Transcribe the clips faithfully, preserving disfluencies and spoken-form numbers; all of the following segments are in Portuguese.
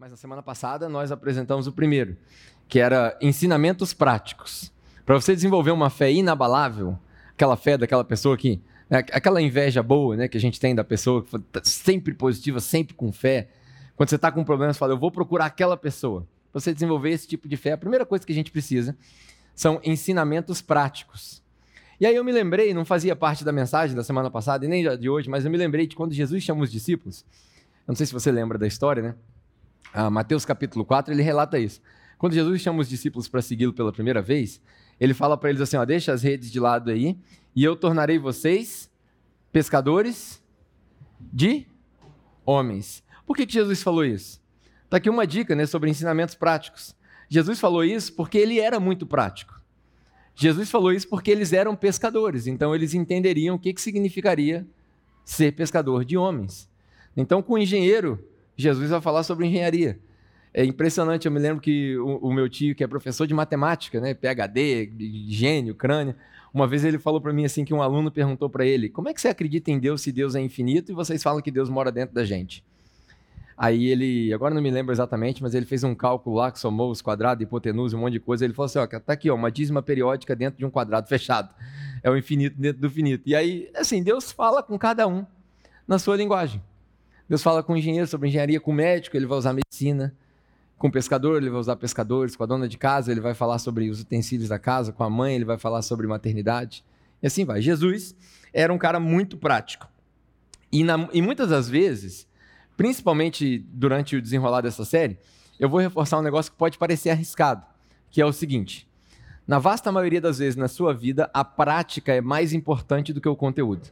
Mas na semana passada nós apresentamos o primeiro, que era ensinamentos práticos. Para você desenvolver uma fé inabalável, aquela fé daquela pessoa que... Né, aquela inveja boa, né, que a gente tem da pessoa, que está sempre positiva, sempre com fé. Quando você está com problemas, você fala, eu vou procurar aquela pessoa. Para você desenvolver esse tipo de fé, a primeira coisa que a gente precisa são ensinamentos práticos. E aí eu me lembrei, não fazia parte da mensagem da semana passada e nem de hoje, mas eu me lembrei de quando Jesus chama os discípulos. Eu não sei se você lembra da história, né? Ah, Mateus capítulo quatro, ele relata isso. Quando Jesus chama os discípulos para segui-lo pela primeira vez, ele fala para eles assim, ó, deixa as redes de lado aí, e eu tornarei vocês pescadores de homens. Por que que Jesus falou isso? Está aqui uma dica, né, sobre ensinamentos práticos. Jesus falou isso porque ele era muito prático. Jesus falou isso porque eles eram pescadores, então eles entenderiam o que, que significaria ser pescador de homens. Então, com o engenheiro, Jesus vai falar sobre engenharia. É impressionante, eu me lembro que o, o meu tio, que é professor de matemática, né, P H D, gênio, crânio, uma vez ele falou para mim assim que um aluno perguntou para ele, como é que você acredita em Deus se Deus é infinito e vocês falam que Deus mora dentro da gente? Aí ele, agora não me lembro exatamente, mas ele fez um cálculo lá que somou os quadrados, hipotenusa, um monte de coisa, ele falou assim, ó, tá aqui, ó, uma dízima periódica dentro de um quadrado fechado. É o infinito dentro do finito. E aí, assim, Deus fala com cada um na sua linguagem. Deus fala com o engenheiro sobre engenharia, com o médico, ele vai usar medicina. Com o pescador, ele vai usar pescadores. Com a dona de casa, ele vai falar sobre os utensílios da casa. Com a mãe, ele vai falar sobre maternidade. E assim vai. Jesus era um cara muito prático. E, na, e muitas das vezes, principalmente durante o desenrolar dessa série, eu vou reforçar um negócio que pode parecer arriscado, que é o seguinte. Na vasta maioria das vezes na sua vida, a prática é mais importante do que o conteúdo.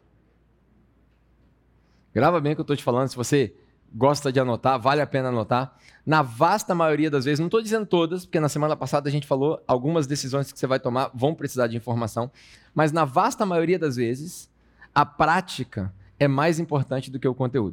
Grava bem o que eu estou te falando, se você gosta de anotar, vale a pena anotar. Na vasta maioria das vezes, não estou dizendo todas, porque na semana passada a gente falou algumas decisões que você vai tomar vão precisar de informação, mas na vasta maioria das vezes, a prática é mais importante do que o conteúdo.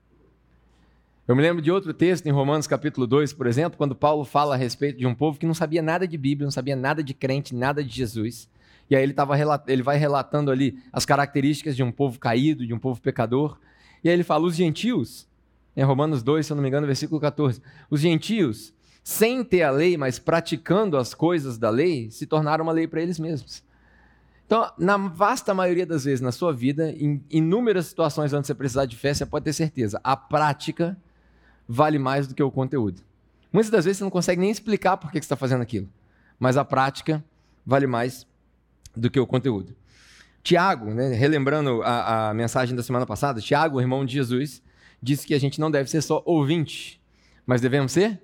Eu me lembro de outro texto em Romanos capítulo dois, por exemplo, quando Paulo fala a respeito de um povo que não sabia nada de Bíblia, não sabia nada de crente, nada de Jesus. E aí ele, tava, ele vai relatando ali as características de um povo caído, de um povo pecador. E aí ele fala, os gentios, em Romanos dois, se eu não me engano, versículo catorze, os gentios, sem ter a lei, mas praticando as coisas da lei, se tornaram uma lei para eles mesmos. Então, na vasta maioria das vezes na sua vida, em inúmeras situações onde você precisar de fé, você pode ter certeza, a prática vale mais do que o conteúdo. Muitas das vezes você não consegue nem explicar por que você está fazendo aquilo, mas a prática vale mais do que o conteúdo. Tiago, né, relembrando a, a mensagem da semana passada, Tiago, irmão de Jesus, disse que a gente não deve ser só ouvinte, mas devemos ser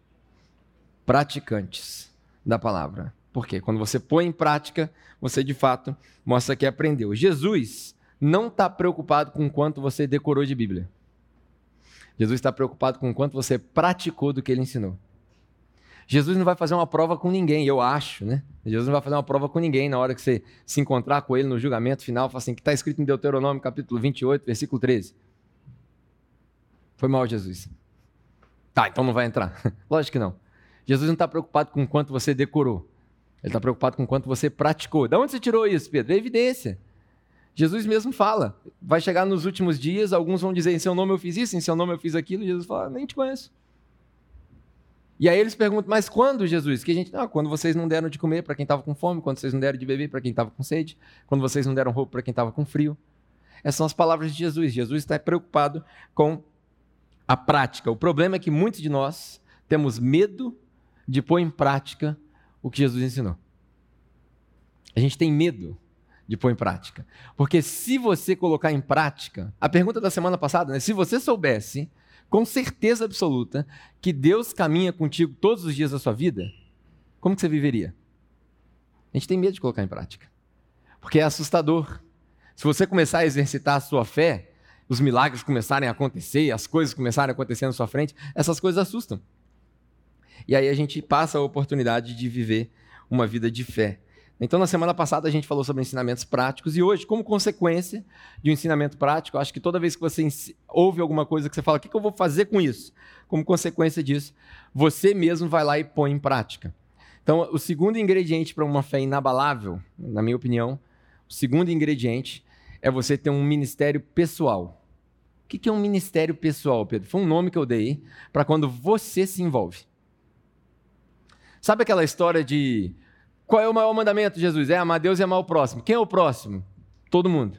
praticantes da palavra. Por quê? Quando você põe em prática, você de fato mostra que aprendeu. Jesus não está preocupado com o quanto você decorou de Bíblia. Jesus está preocupado com o quanto você praticou do que ele ensinou. Jesus não vai fazer uma prova com ninguém, eu acho, né? Jesus não vai fazer uma prova com ninguém na hora que você se encontrar com ele no julgamento final, fala assim, que está escrito em Deuteronômio capítulo vinte e oito, versículo treze. Foi mal, Jesus. Tá, então não vai entrar. Lógico que não. Jesus não está preocupado com o quanto você decorou. Ele está preocupado com o quanto você praticou. De onde você tirou isso, Pedro? É evidência. Jesus mesmo fala. Vai chegar nos últimos dias, alguns vão dizer, em seu nome eu fiz isso, em seu nome eu fiz aquilo. E Jesus fala, nem te conheço. E aí eles perguntam, mas quando, Jesus? Que a gente, ah, quando vocês não deram de comer para quem estava com fome, quando vocês não deram de beber para quem estava com sede, quando vocês não deram roupa para quem estava com frio. Essas são as palavras de Jesus. Jesus está preocupado com a prática. O problema é que muitos de nós temos medo de pôr em prática o que Jesus ensinou. A gente tem medo de pôr em prática. Porque se você colocar em prática, a pergunta da semana passada, né? Se você soubesse com certeza absoluta que Deus caminha contigo todos os dias da sua vida, como que você viveria? A gente tem medo de colocar em prática. Porque é assustador. Se você começar a exercitar a sua fé, os milagres começarem a acontecer, as coisas começarem a acontecer na sua frente, essas coisas assustam. E aí a gente passa a oportunidade de viver uma vida de fé. Então, na semana passada, a gente falou sobre ensinamentos práticos e hoje, como consequência de um ensinamento prático, acho que toda vez que você ouve alguma coisa que você fala, o que eu vou fazer com isso? Como consequência disso, você mesmo vai lá e põe em prática. Então, o segundo ingrediente para uma fé inabalável, na minha opinião, o segundo ingrediente é você ter um ministério pessoal. que, que é um ministério pessoal, Pedro? Foi um nome que eu dei para quando você se envolve. Sabe aquela história de qual é o maior mandamento de Jesus? É amar Deus e amar o próximo. Quem é o próximo? Todo mundo.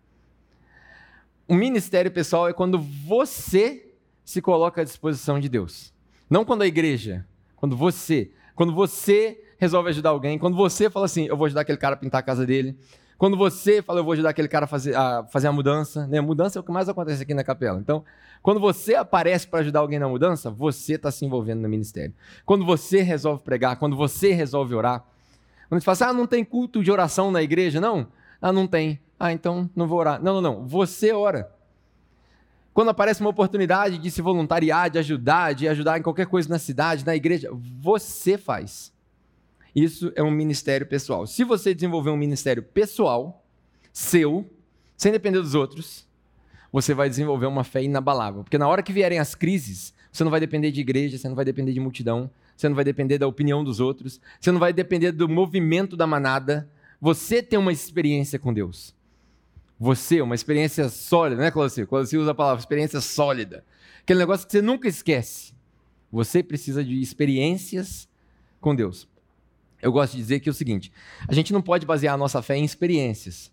O ministério pessoal é quando você se coloca à disposição de Deus. Não quando a igreja, quando você. Quando você resolve ajudar alguém, quando você fala assim, eu vou ajudar aquele cara a pintar a casa dele. Quando você fala, eu vou ajudar aquele cara a fazer a, fazer a mudança. Né? A mudança é o que mais acontece aqui na capela. Então, quando você aparece para ajudar alguém na mudança, você está se envolvendo no ministério. Quando você resolve pregar, quando você resolve orar. Quando a gente fala assim, ah, não tem culto de oração na igreja? Não. Ah, não tem. Ah, então não vou orar. Não, não, não. Você ora. Quando aparece uma oportunidade de se voluntariar, de ajudar, de ajudar em qualquer coisa na cidade, na igreja, você faz. Isso é um ministério pessoal. Se você desenvolver um ministério pessoal, seu, sem depender dos outros, você vai desenvolver uma fé inabalável. Porque na hora que vierem as crises, você não vai depender de igreja, você não vai depender de multidão, você não vai depender da opinião dos outros, você não vai depender do movimento da manada. Você tem uma experiência com Deus. Você, uma experiência sólida, né, Cláudio? Quando você usa a palavra experiência sólida, aquele negócio que você nunca esquece. Você precisa de experiências com Deus. Eu gosto de dizer que é o seguinte, a gente não pode basear a nossa fé em experiências.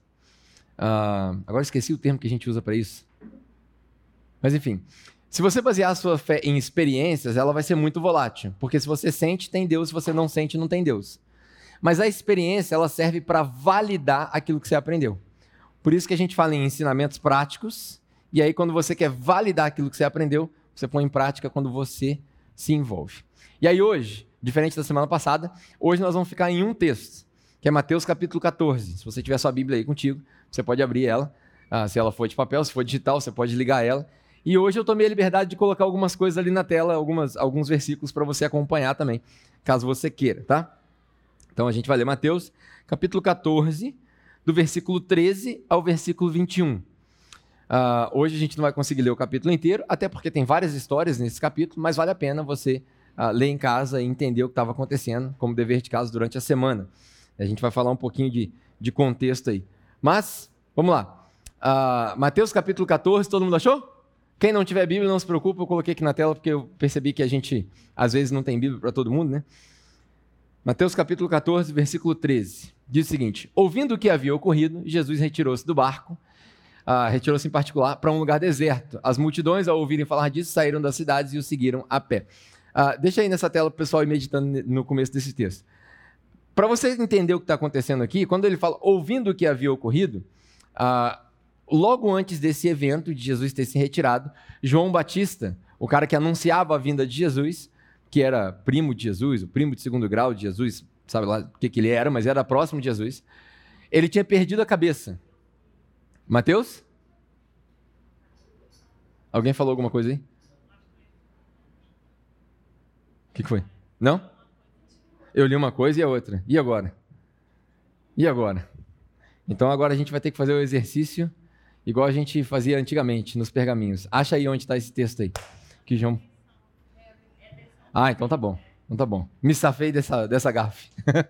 Uh, agora esqueci o termo que a gente usa para isso. Mas enfim, se você basear a sua fé em experiências, ela vai ser muito volátil. Porque se você sente, tem Deus. Se você não sente, não tem Deus. Mas a experiência, ela serve para validar aquilo que você aprendeu. Por isso que a gente fala em ensinamentos práticos. E aí, quando você quer validar aquilo que você aprendeu, você põe em prática quando você se envolve. E aí hoje, diferente da semana passada, hoje nós vamos ficar em um texto, que é Mateus capítulo catorze. Se você tiver sua Bíblia aí contigo, você pode abrir ela. Ah, se ela for de papel, se for digital, você pode ligar ela. E hoje eu tomei a liberdade de colocar algumas coisas ali na tela, algumas, alguns versículos para você acompanhar também, caso você queira, tá? Então a gente vai ler Mateus capítulo catorze, do versículo treze ao versículo vinte e um. Uh, hoje a gente não vai conseguir ler o capítulo inteiro, até porque tem várias histórias nesse capítulo, mas vale a pena você uh, ler em casa e entender o que estava acontecendo como dever de casa durante a semana. A gente vai falar um pouquinho de, de contexto aí. Mas, vamos lá. Uh, Mateus capítulo catorze, todo mundo achou? Quem não tiver Bíblia, não se preocupe, eu coloquei aqui na tela porque eu percebi que a gente, às vezes, não tem Bíblia para todo mundo, né? Mateus capítulo catorze, versículo treze, diz o seguinte: ouvindo o que havia ocorrido, Jesus retirou-se do barco, uh, retirou-se em particular para um lugar deserto. As multidões, ao ouvirem falar disso, saíram das cidades e o seguiram a pé. Uh, deixa aí nessa tela para o pessoal ir meditando no começo desse texto. Para você entender o que está acontecendo aqui, quando ele fala ouvindo o que havia ocorrido, uh, logo antes desse evento de Jesus ter se retirado, João Batista, o cara que anunciava a vinda de Jesus, que era primo de Jesus, o primo de segundo grau de Jesus, sabe lá o que, que ele era, mas era próximo de Jesus, ele tinha perdido a cabeça. Mateus? Alguém falou alguma coisa aí? O que, que foi? Não? Eu li uma coisa e a outra. E agora? E agora? Então agora a gente vai ter que fazer o exercício igual a gente fazia antigamente, nos pergaminhos. Acha aí onde está esse texto aí. Que João... Ah, então tá bom. Então tá bom. Me safei dessa, dessa gafe.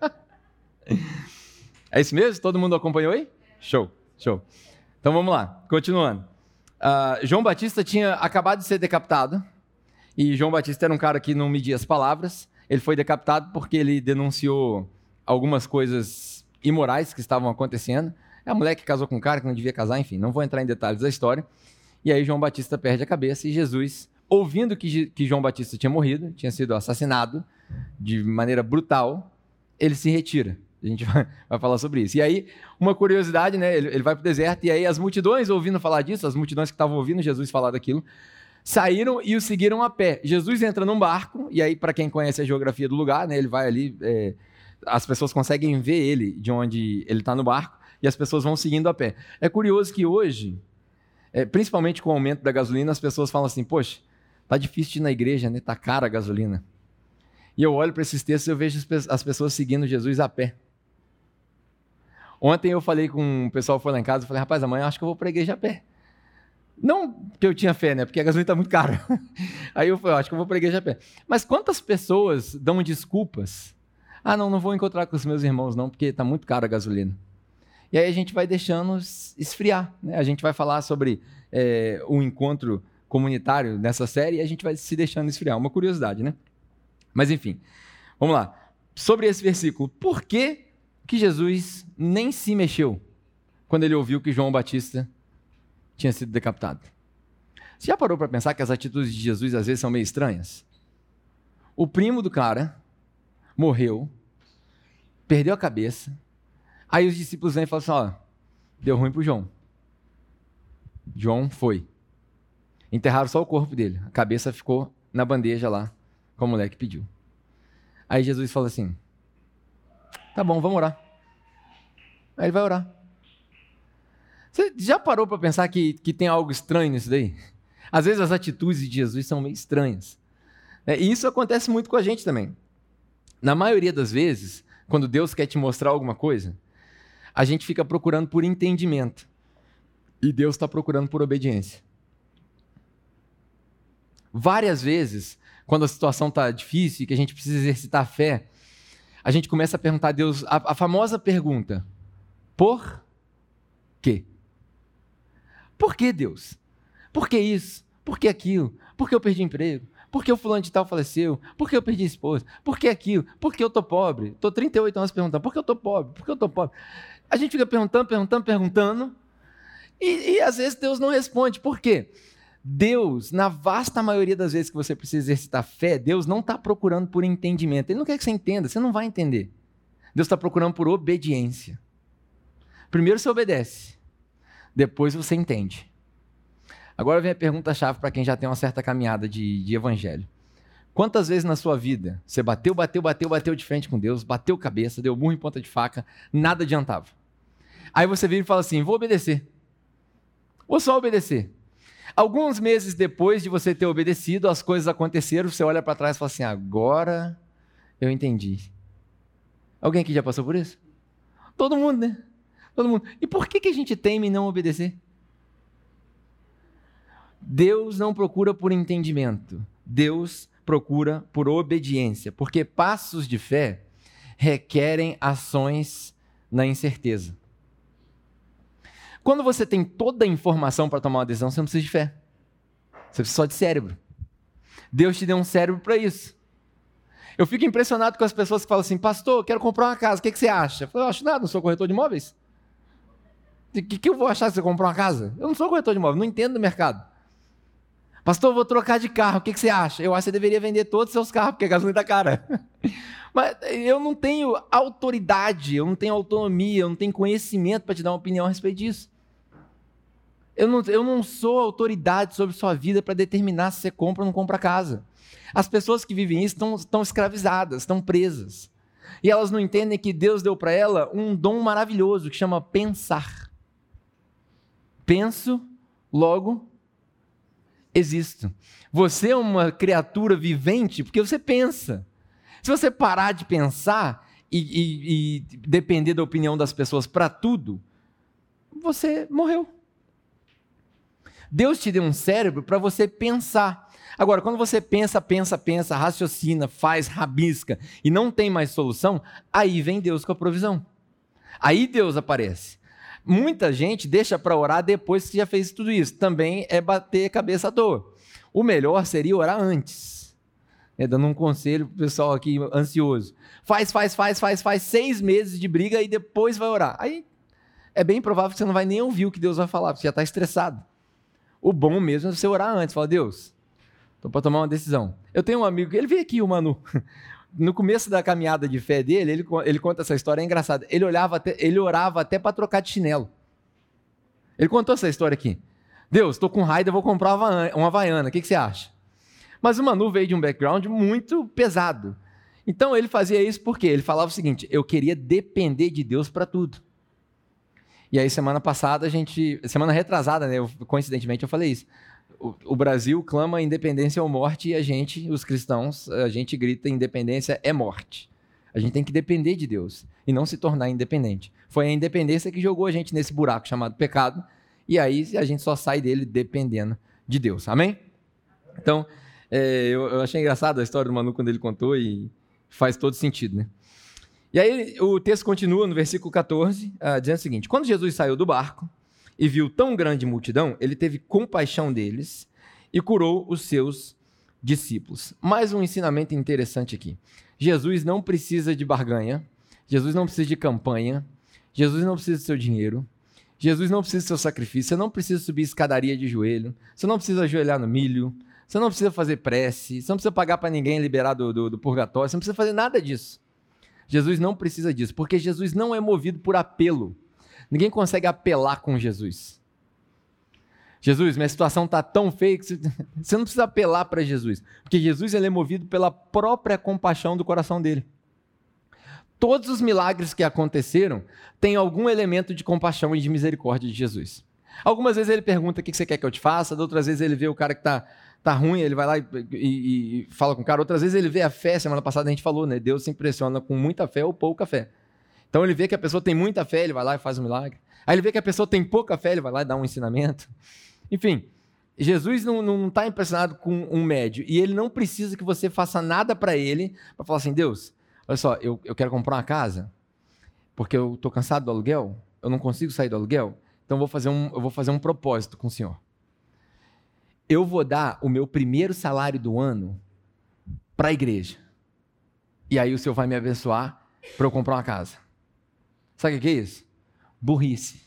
É isso mesmo? Todo mundo acompanhou aí? Show, show. Então vamos lá, continuando. Uh, João Batista tinha acabado de ser decapitado. E João Batista era um cara que não media as palavras. Ele foi decapitado porque ele denunciou algumas coisas imorais que estavam acontecendo. É a mulher que casou com um cara que não devia casar, enfim, não vou entrar em detalhes da história. E aí João Batista perde a cabeça e Jesus, ouvindo que, que João Batista tinha morrido, tinha sido assassinado de maneira brutal, ele se retira. A gente vai, vai falar sobre isso. E aí, uma curiosidade, né? Ele, ele vai para o deserto e aí as multidões ouvindo falar disso, as multidões que estavam ouvindo Jesus falar daquilo, saíram e o seguiram a pé. Jesus entra num barco, e aí, para quem conhece a geografia do lugar, né, ele vai ali, é, as pessoas conseguem ver ele de onde ele está no barco, e as pessoas vão seguindo a pé. É curioso que hoje, é, principalmente com o aumento da gasolina, as pessoas falam assim, poxa, tá difícil de ir na igreja, né? Tá cara a gasolina. E eu olho para esses textos e eu vejo as pessoas seguindo Jesus a pé. Ontem eu falei com o pessoal que foi lá em casa, eu falei, rapaz, amanhã eu acho que eu vou para a igreja a pé. Não que eu tinha fé, né? Porque a gasolina está muito cara. Aí eu falei, acho que eu vou para a igreja a pé. Mas quantas pessoas dão desculpas? Ah, não, não vou encontrar com os meus irmãos não, porque está muito cara a gasolina. E aí a gente vai deixando esfriar, né? A gente vai falar sobre é, um encontro comunitário nessa série e a gente vai se deixando esfriar. Uma curiosidade, né? Mas enfim, vamos lá. Sobre esse versículo, por que que Jesus nem se mexeu quando ele ouviu que João Batista tinha sido decapitado? Você já parou para pensar que as atitudes de Jesus às vezes são meio estranhas? O primo do cara morreu, perdeu a cabeça, aí os discípulos vêm e falam assim, ó, deu ruim pro João. João foi. Enterraram só o corpo dele, a cabeça ficou na bandeja lá, como o moleque pediu. Aí Jesus fala assim, tá bom, vamos orar. Aí ele vai orar. Você já parou para pensar que, que tem algo estranho nisso daí? Às vezes as atitudes de Jesus são meio estranhas. É, e isso acontece muito com a gente também. Na maioria das vezes, quando Deus quer te mostrar alguma coisa, a gente fica procurando por entendimento. E Deus está procurando por obediência. Várias vezes, quando a situação está difícil e que a gente precisa exercitar a fé, a gente começa a perguntar a Deus a, a famosa pergunta, por quê? Por que Deus? Por que isso? Por que aquilo? Por que eu perdi emprego? Por que o fulano de tal faleceu? Por que eu perdi a esposa? Por que aquilo? Por que eu tô pobre? Estou trinta e oito anos perguntando, por que eu tô pobre? Por que eu tô pobre? A gente fica perguntando, perguntando, perguntando, e, e às vezes Deus não responde. Por quê? Deus, na vasta maioria das vezes que você precisa exercitar fé, Deus não está procurando por entendimento. Ele não quer que você entenda, você não vai entender. Deus está procurando por obediência. Primeiro você obedece, depois você entende. Agora vem a pergunta-chave para quem já tem uma certa caminhada de, de evangelho. Quantas vezes na sua vida você bateu, bateu, bateu, bateu de frente com Deus, bateu cabeça, deu burro em ponta de faca, nada adiantava. Aí você vira e fala assim, vou obedecer. Vou só obedecer. Alguns meses depois de você ter obedecido, as coisas aconteceram, você olha para trás e fala assim, agora eu entendi. Alguém aqui já passou por isso? Todo mundo, né? Todo mundo. E por que, que a gente teme em não obedecer? Deus não procura por entendimento. Deus procura por obediência, porque passos de fé requerem ações na incerteza. Quando você tem toda a informação para tomar uma decisão, você não precisa de fé. Você precisa só de cérebro. Deus te deu um cérebro para isso. Eu fico impressionado com as pessoas que falam assim, pastor, eu quero comprar uma casa, o que, que você acha? Eu falo, eu acho nada, não sou corretor de imóveis. O que, que eu vou achar se você comprar uma casa? Eu não sou corretor de imóveis, não entendo do mercado. Pastor, eu vou trocar de carro, o que, que você acha? Eu acho que você deveria vender todos os seus carros, porque a gasolina está cara. Mas eu não tenho autoridade, eu não tenho autonomia, eu não tenho conhecimento para te dar uma opinião a respeito disso. Eu não, eu não sou autoridade sobre sua vida para determinar se você compra ou não compra casa. As pessoas que vivem isso estão, estão escravizadas, estão presas. E elas não entendem que Deus deu para ela um dom maravilhoso que chama pensar. Penso, logo existo. Você é uma criatura vivente porque você pensa. Se você parar de pensar e, e, e depender da opinião das pessoas para tudo, você morreu. Deus te deu um cérebro para você pensar. Agora, quando você pensa, pensa, pensa, raciocina, faz, rabisca e não tem mais solução, aí vem Deus com a provisão. Aí Deus aparece. Muita gente deixa para orar depois que já fez tudo isso. Também é bater cabeça à toa. O melhor seria orar antes. É, dando um conselho para o pessoal aqui ansioso. Faz, faz, faz, faz, faz seis meses de briga e depois vai orar. Aí é bem provável que você não vai nem ouvir o que Deus vai falar, porque você já está estressado. O bom mesmo é você orar antes. Fala, Deus, estou para tomar uma decisão. Eu tenho um amigo, ele veio aqui, o Manu. No começo da caminhada de fé dele, ele, ele conta essa história, é engraçada. Ele, olhava até, ele orava até para trocar de chinelo. Ele contou essa história aqui. Deus, estou com raiva, vou comprar uma Havaiana, o que, que você acha? Mas o Manu veio de um background muito pesado. Então ele fazia isso porque ele falava o seguinte, eu queria depender de Deus para tudo. E aí semana passada, a gente, semana retrasada, né, eu, coincidentemente eu falei isso. O, o Brasil clama independência ou morte e a gente, os cristãos, a gente grita independência é morte. A gente tem que depender de Deus e não se tornar independente. Foi a independência que jogou a gente nesse buraco chamado pecado e aí a gente só sai dele dependendo de Deus. Amém? Então, é, eu, eu achei engraçado a história do Manu quando ele contou e faz todo sentido, né? E aí o texto continua no versículo catorze, uh, dizendo o seguinte: quando Jesus saiu do barco e viu tão grande multidão, ele teve compaixão deles e curou os seus discípulos. Mais um ensinamento interessante aqui. Jesus não precisa de barganha, Jesus não precisa de campanha, Jesus não precisa do seu dinheiro, Jesus não precisa do seu sacrifício, você não precisa subir escadaria de joelho, você não precisa ajoelhar no milho, você não precisa fazer prece, você não precisa pagar para ninguém liberar do, do, do purgatório, você não precisa fazer nada disso. Jesus não precisa disso, porque Jesus não é movido por apelo. Ninguém consegue apelar com Jesus. Jesus, minha situação está tão feia que você não precisa apelar para Jesus, porque Jesus ele é movido pela própria compaixão do coração dele. Todos os milagres que aconteceram têm algum elemento de compaixão e de misericórdia de Jesus. Algumas vezes ele pergunta o que você quer que eu te faça, outras vezes ele vê o cara que está tá ruim, ele vai lá e, e, e fala com o cara, outras vezes ele vê a fé, semana passada a gente falou, né? Deus se impressiona com muita fé ou pouca fé. Então ele vê que a pessoa tem muita fé, ele vai lá e faz um milagre. Aí ele vê que a pessoa tem pouca fé, ele vai lá e dá um ensinamento. Enfim, Jesus não está impressionado com um médio e ele não precisa que você faça nada para ele, para falar assim, Deus, olha só, eu, eu quero comprar uma casa, porque eu estou cansado do aluguel, eu não consigo sair do aluguel, então eu vou fazer um, eu vou fazer um propósito com o Senhor. Eu vou dar o meu primeiro salário do ano para a igreja. E aí o Senhor vai me abençoar para eu comprar uma casa. Sabe o que é isso? Burrice.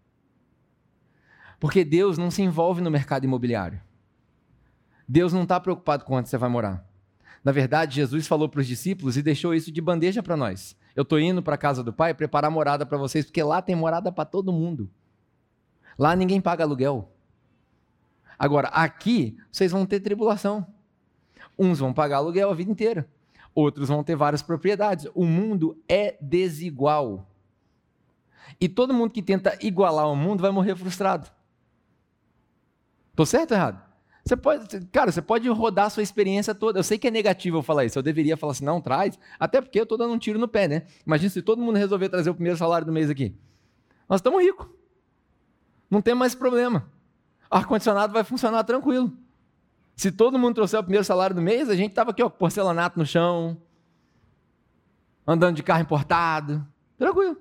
Porque Deus não se envolve no mercado imobiliário. Deus não está preocupado com onde você vai morar. Na verdade, Jesus falou para os discípulos e deixou isso de bandeja para nós. Eu estou indo para a casa do Pai preparar morada para vocês, porque lá tem morada para todo mundo. Lá ninguém paga aluguel. Agora, aqui, vocês vão ter tribulação. Uns vão pagar aluguel a vida inteira. Outros vão ter várias propriedades. O mundo é desigual. E todo mundo que tenta igualar o mundo vai morrer frustrado. Estou certo ou errado? Você pode, cara, você pode rodar a sua experiência toda. Eu sei que é negativo eu falar isso. Eu deveria falar assim, não, traz. Até porque eu estou dando um tiro no pé, né? Imagina se todo mundo resolver trazer o primeiro salário do mês aqui. Nós estamos ricos. Não tem mais problema. O ar-condicionado vai funcionar tranquilo. Se todo mundo trouxer o primeiro salário do mês, a gente estava aqui, ó, porcelanato no chão, andando de carro importado. Tranquilo.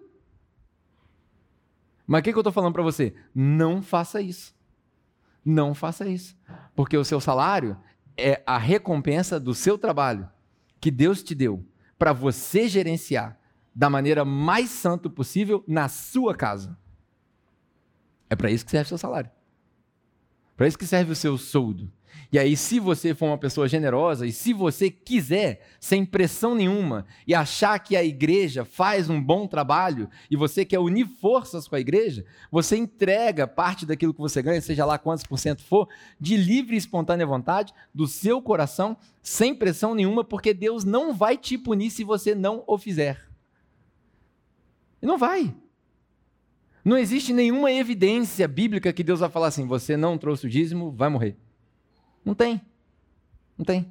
Mas o que, que eu estou falando para você? Não faça isso. Não faça isso. Porque o seu salário é a recompensa do seu trabalho que Deus te deu para você gerenciar da maneira mais santa possível na sua casa. É para isso que serve o seu salário. Para isso que serve o seu soldo. E aí, se você for uma pessoa generosa e se você quiser, sem pressão nenhuma, e achar que a igreja faz um bom trabalho e você quer unir forças com a igreja, você entrega parte daquilo que você ganha, seja lá quantos por cento for, de livre e espontânea vontade, do seu coração, sem pressão nenhuma, porque Deus não vai te punir se você não o fizer. E não vai. Não existe nenhuma evidência bíblica que Deus vai falar assim, você não trouxe o dízimo, vai morrer. Não tem. Não tem.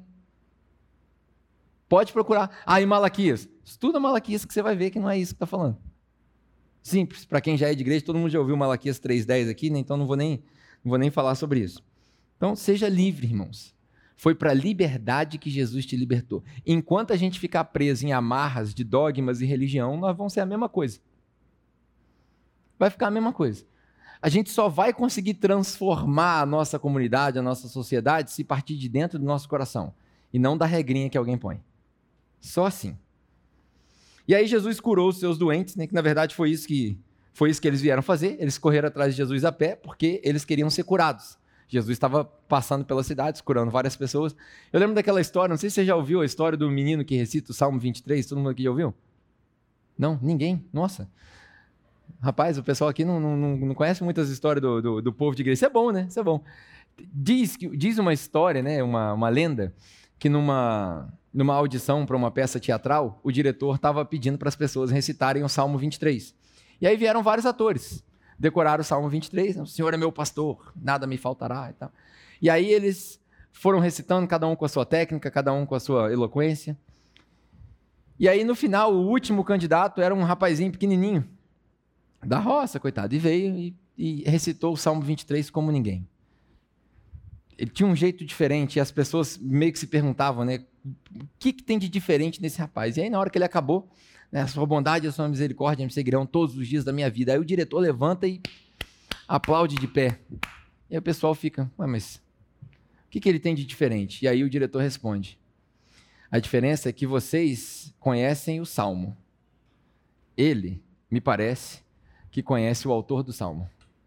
Pode procurar. Ah, e Malaquias? Estuda Malaquias que você vai ver que não é isso que está falando. Simples. Para quem já é de igreja, todo mundo já ouviu Malaquias três dez aqui, né? Então não vou, nem, não vou nem falar sobre isso. Então, seja livre, irmãos. Foi para a liberdade que Jesus te libertou. Enquanto a gente ficar preso em amarras de dogmas e religião, nós vamos ser a mesma coisa. Vai ficar a mesma coisa. A gente só vai conseguir transformar a nossa comunidade, a nossa sociedade, se partir de dentro do nosso coração. E não da regrinha que alguém põe. Só assim. E aí Jesus curou os seus doentes, né, que na verdade foi isso que, foi isso que eles vieram fazer. Eles correram atrás de Jesus a pé, porque eles queriam ser curados. Jesus estava passando pelas cidades, curando várias pessoas. Eu lembro daquela história, não sei se você já ouviu a história do menino que recita o Salmo vinte e três, todo mundo aqui já ouviu? Não? Ninguém? Nossa. Rapaz, o pessoal aqui não, não, não conhece muitas histórias do, do, do povo de igreja. Isso é bom, né? Isso é bom. Diz, diz uma história, né? uma, uma lenda, que numa, numa audição para uma peça teatral, o diretor estava pedindo para as pessoas recitarem o Salmo vinte e três. E aí vieram vários atores, decoraram o Salmo vinte e três, o Senhor é meu pastor, nada me faltará e tal. E aí eles foram recitando, cada um com a sua técnica, cada um com a sua eloquência. E aí no final, o último candidato era um rapazinho pequenininho, da roça, coitado, e veio e, e recitou o Salmo vinte e três como ninguém. Ele tinha um jeito diferente, e as pessoas meio que se perguntavam, né, o que, que tem de diferente nesse rapaz? E aí, na hora que ele acabou, né? A sua bondade e a sua misericórdia me seguirão todos os dias da minha vida. Aí o diretor levanta e aplaude de pé. E aí o pessoal fica, ué, mas o que, que ele tem de diferente? E aí o diretor responde, a diferença é que vocês conhecem o Salmo. Ele, me parece, que conhece o autor do Salmo.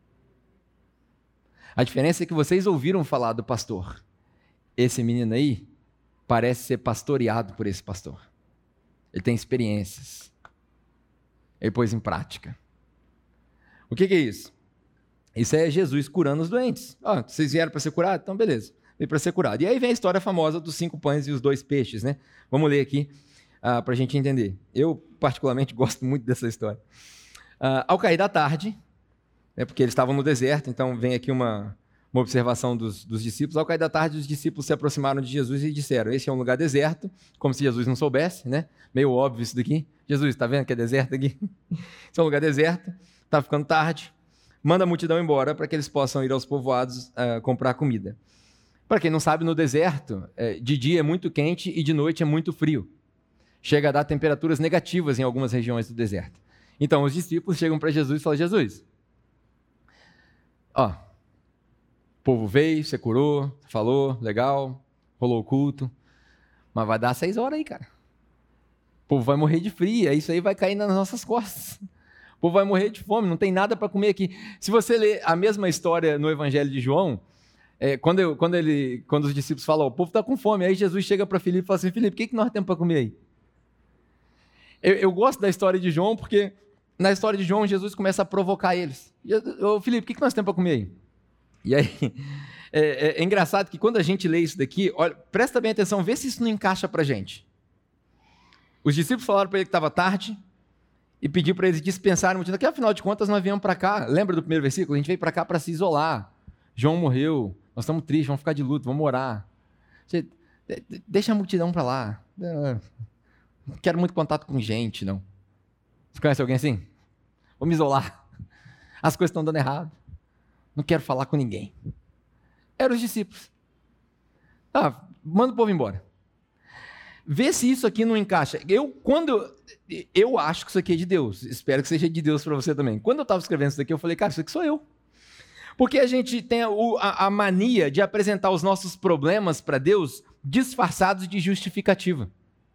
A diferença é que vocês ouviram falar do pastor. Esse menino aí parece ser pastoreado por esse pastor. Ele tem experiências. Ele pôs em prática. O que, que é isso? Isso é Jesus curando os doentes. Ah, vocês vieram para ser curados? Então, beleza. Veio para ser curado. E aí vem a história famosa dos cinco pães e os dois peixes, né? Vamos ler aqui uh, para a gente entender. Eu, particularmente, gosto muito dessa história. Uh, ao cair da tarde, né, porque eles estavam no deserto, então vem aqui uma, uma observação dos, dos discípulos. Ao cair da tarde, os discípulos se aproximaram de Jesus e disseram, esse é um lugar deserto, como se Jesus não soubesse, né? Meio óbvio isso daqui. Jesus, está vendo que é deserto aqui? Esse é um lugar deserto, está ficando tarde. Manda a multidão embora para que eles possam ir aos povoados uh, comprar comida. Para quem não sabe, no deserto, é, de dia é muito quente e de noite é muito frio. Chega a dar temperaturas negativas em algumas regiões do deserto. Então, os discípulos chegam para Jesus e falam, Jesus, ó, o povo veio, você curou, falou, legal, rolou o culto, mas vai dar seis horas aí, cara. O povo vai morrer de frio, isso aí vai cair nas nossas costas. O povo vai morrer de fome, não tem nada para comer aqui. Se você ler a mesma história no Evangelho de João, é, quando, eu, quando, ele, quando os discípulos falam, o povo está com fome, aí Jesus chega para Filipe e fala assim, Filipe, o que, que nós temos para comer aí? Eu, eu gosto da história de João, porque na história de João, Jesus começa a provocar eles. Ô Filipe, o que, que nós temos para comer aí? E aí, é, é, é engraçado que quando a gente lê isso daqui, olha, presta bem atenção, vê se isso não encaixa para a gente. Os discípulos falaram para ele que estava tarde, e pediu para eles dispensarem muito, que afinal de contas nós viemos para cá, lembra do primeiro versículo? A gente veio para cá para se isolar. João morreu, nós estamos tristes, vamos ficar de luto, vamos orar. Você, deixa a multidão para lá. Não quero muito contato com gente, não. Você conhece alguém assim? Vou me isolar. As coisas estão dando errado. Não quero falar com ninguém. Eram os discípulos. Ah, manda o povo embora. Vê se isso aqui não encaixa. Eu, quando, eu acho que isso aqui é de Deus. Espero que seja de Deus para você também. Quando eu estava escrevendo isso daqui, eu falei, cara, isso aqui sou eu. Porque a gente tem a, a, a mania de apresentar os nossos problemas para Deus disfarçados de justificativa.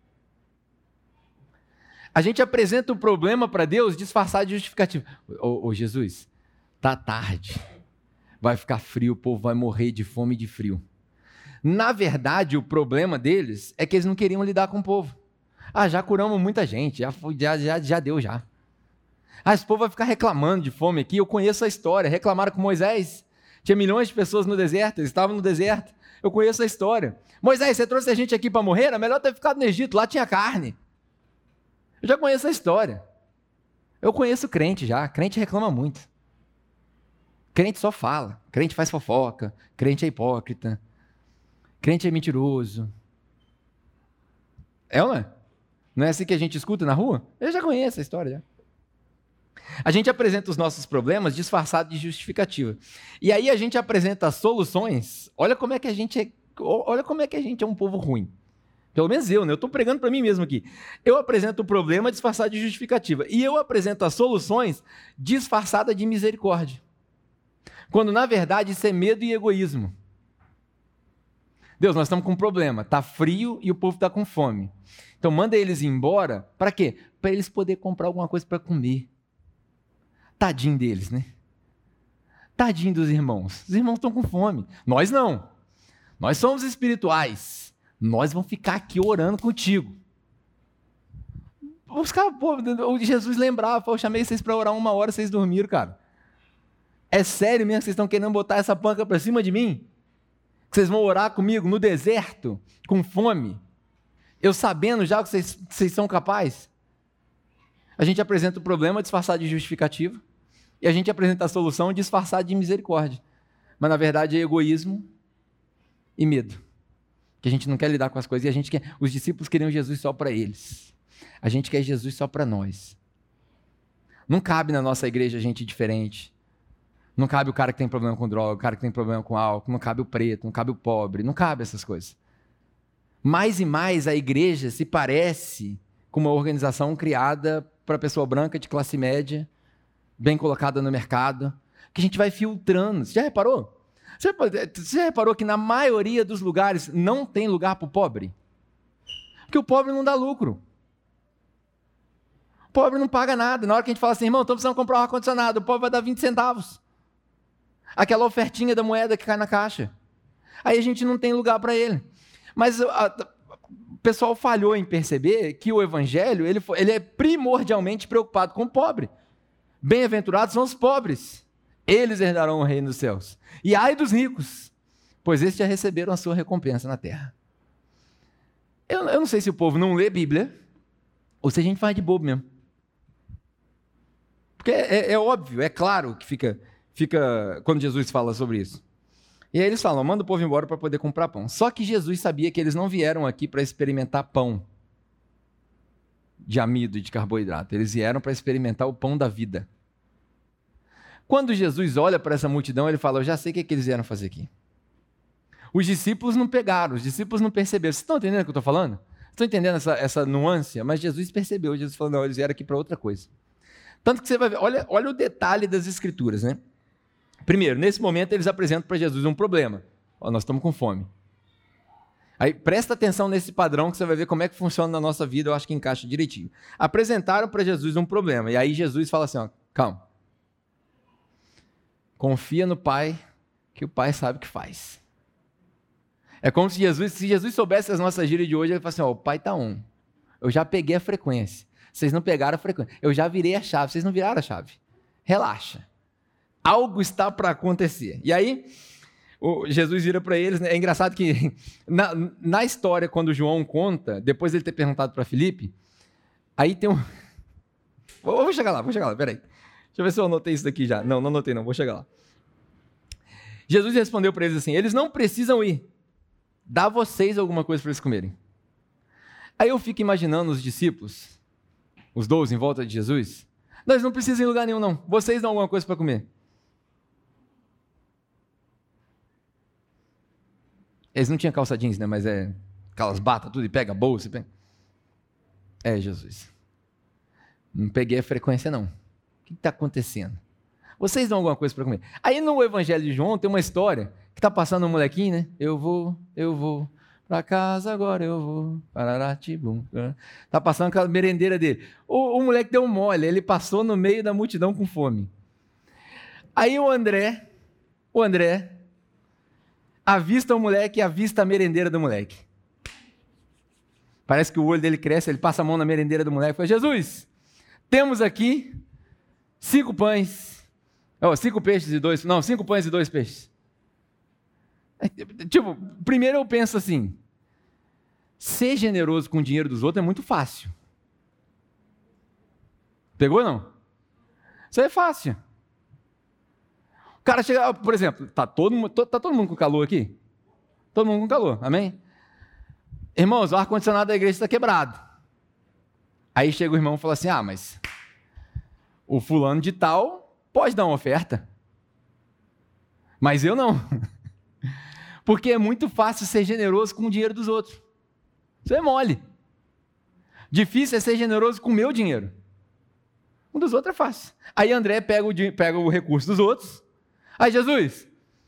A gente apresenta o problema para Deus disfarçado de justificativa. Ô, ô Jesus, tá tarde. Vai ficar frio, o povo vai morrer de fome e de frio. Na verdade, o problema deles é que eles não queriam lidar com o povo. Ah, já curamos muita gente, já, já, já, já deu já. Ah, esse povo vai ficar reclamando de fome aqui, eu conheço a história. Reclamaram com Moisés, tinha milhões de pessoas no deserto, eles estavam no deserto, eu conheço a história. Moisés, você trouxe a gente aqui para morrer? Era melhor ter ficado no Egito, lá tinha carne. Eu já conheço a história. Eu conheço crente já, crente reclama muito. Crente só fala, crente faz fofoca, crente é hipócrita. Crente é mentiroso. É ou não é? Não é assim que a gente escuta na rua? Eu já conheço a história. Já. A gente apresenta os nossos problemas disfarçados de justificativa. E aí a gente apresenta soluções. Olha como é que a gente é, olha como é que a gente é um povo ruim. Pelo menos eu, né? Eu estou pregando para mim mesmo aqui. Eu apresento o problema disfarçado de justificativa. E eu apresento as soluções disfarçadas de misericórdia. Quando, na verdade, isso é medo e egoísmo. Deus, nós estamos com um problema, está frio e o povo está com fome. Então manda eles embora, para quê? Para eles poderem comprar alguma coisa para comer. Tadinho deles, né? Tadinho dos irmãos. Os irmãos estão com fome. Nós não. Nós somos espirituais. Nós vamos ficar aqui orando contigo. Os caras, pô, Jesus lembrava, eu chamei vocês para orar uma hora, vocês dormiram, cara. É sério mesmo que vocês estão querendo botar essa panca para cima de mim? Que vocês vão orar comigo no deserto, com fome, eu sabendo já que vocês, vocês são capazes? A gente apresenta o problema disfarçado de justificativa e a gente apresenta a solução disfarçada de misericórdia. Mas na verdade é egoísmo e medo. Que a gente não quer lidar com as coisas e a gente quer. Os discípulos queriam Jesus só para eles. A gente quer Jesus só para nós. Não cabe na nossa igreja gente diferente. Não cabe o cara que tem problema com droga, o cara que tem problema com álcool, não cabe o preto, não cabe o pobre, não cabe essas coisas. Mais e mais a igreja se parece com uma organização criada para pessoa branca de classe média, bem colocada no mercado, que a gente vai filtrando. Você já reparou? Você, você já reparou que na maioria dos lugares não tem lugar para o pobre? Porque o pobre não dá lucro. O pobre não paga nada. Na hora que a gente fala assim, irmão, estou precisando comprar um ar-condicionado, o pobre vai dar vinte centavos. Aquela ofertinha da moeda que cai na caixa. Aí a gente não tem lugar para ele. Mas a, o pessoal falhou em perceber que o evangelho ele, foi, ele é primordialmente preocupado com o pobre. Bem-aventurados são os pobres. Eles herdarão o reino dos céus. E ai dos ricos, pois estes já receberam a sua recompensa na terra. Eu, eu não sei se o povo não lê Bíblia, ou se a gente faz de bobo mesmo. Porque é, é, é óbvio, é claro que fica, fica quando Jesus fala sobre isso. E aí eles falam, manda o povo embora para poder comprar pão. Só que Jesus sabia que eles não vieram aqui para experimentar pão de amido e de carboidrato. Eles vieram para experimentar o pão da vida. Quando Jesus olha para essa multidão, ele fala, eu já sei o que, é que eles vieram fazer aqui. Os discípulos não pegaram, os discípulos não perceberam. Vocês estão entendendo o que eu estou falando? Estão entendendo essa, essa nuance? Mas Jesus percebeu, Jesus falou, não, eles vieram aqui para outra coisa. Tanto que você vai ver, olha, olha o detalhe das escrituras, né? Primeiro, nesse momento eles apresentam para Jesus um problema. Ó, nós estamos com fome. Aí presta atenção nesse padrão que você vai ver como é que funciona na nossa vida, eu acho que encaixa direitinho. Apresentaram para Jesus um problema, e aí Jesus fala assim, ó, calma. Confia no Pai, que o Pai sabe o que faz. É como se Jesus, se Jesus soubesse as nossas gírias de hoje, ele fala assim, ó, o Pai está on. Eu já peguei a frequência. Vocês não pegaram a frequência. Eu já virei a chave, vocês não viraram a chave. Relaxa. Algo está para acontecer. E aí, o Jesus vira para eles, né? É engraçado que na, na história, quando João conta, depois de ele ter perguntado para Filipe, aí tem um... Vou, vou chegar lá, vou chegar lá, peraí. Deixa eu ver se eu anotei isso daqui já. Não, não anotei não, vou chegar lá. Jesus respondeu para eles assim, eles não precisam ir. Dá vocês alguma coisa para eles comerem. Aí eu fico imaginando os discípulos, os doze em volta de Jesus, não, eles não precisam ir em lugar nenhum não, vocês dão alguma coisa para comer. Eles não tinham calça jeans, né? Mas é aquelas batas, tudo, e pega a bolsa. E pega... É, Jesus. Não peguei a frequência, não. O que está acontecendo? Vocês dão alguma coisa para comer? Aí no Evangelho de João tem uma história que está passando um molequinho, né? Eu vou, eu vou para casa agora, eu vou. Pararatibum. Está passando aquela merendeira dele. O, o moleque deu um mole, ele passou no meio da multidão com fome. Aí o André, o André, avista o moleque e avista a merendeira do moleque. Parece que o olho dele cresce, ele passa a mão na merendeira do moleque e fala, Jesus, temos aqui cinco pães, oh, cinco peixes e dois, não, cinco pães e dois peixes. Tipo, primeiro eu penso assim, ser generoso com o dinheiro dos outros é muito fácil. Pegou não? Isso é fácil. O cara chega, por exemplo, está todo, tá todo mundo com calor aqui? Todo mundo com calor, amém? Irmãos, o ar-condicionado da igreja está quebrado. Aí chega o irmão e fala assim, ah, mas o fulano de tal pode dar uma oferta. Mas eu não. Porque é muito fácil ser generoso com o dinheiro dos outros. Isso é mole. Difícil é ser generoso com o meu dinheiro. O dos outros é fácil. Aí André pega o, pega o recurso dos outros. Aí, Jesus,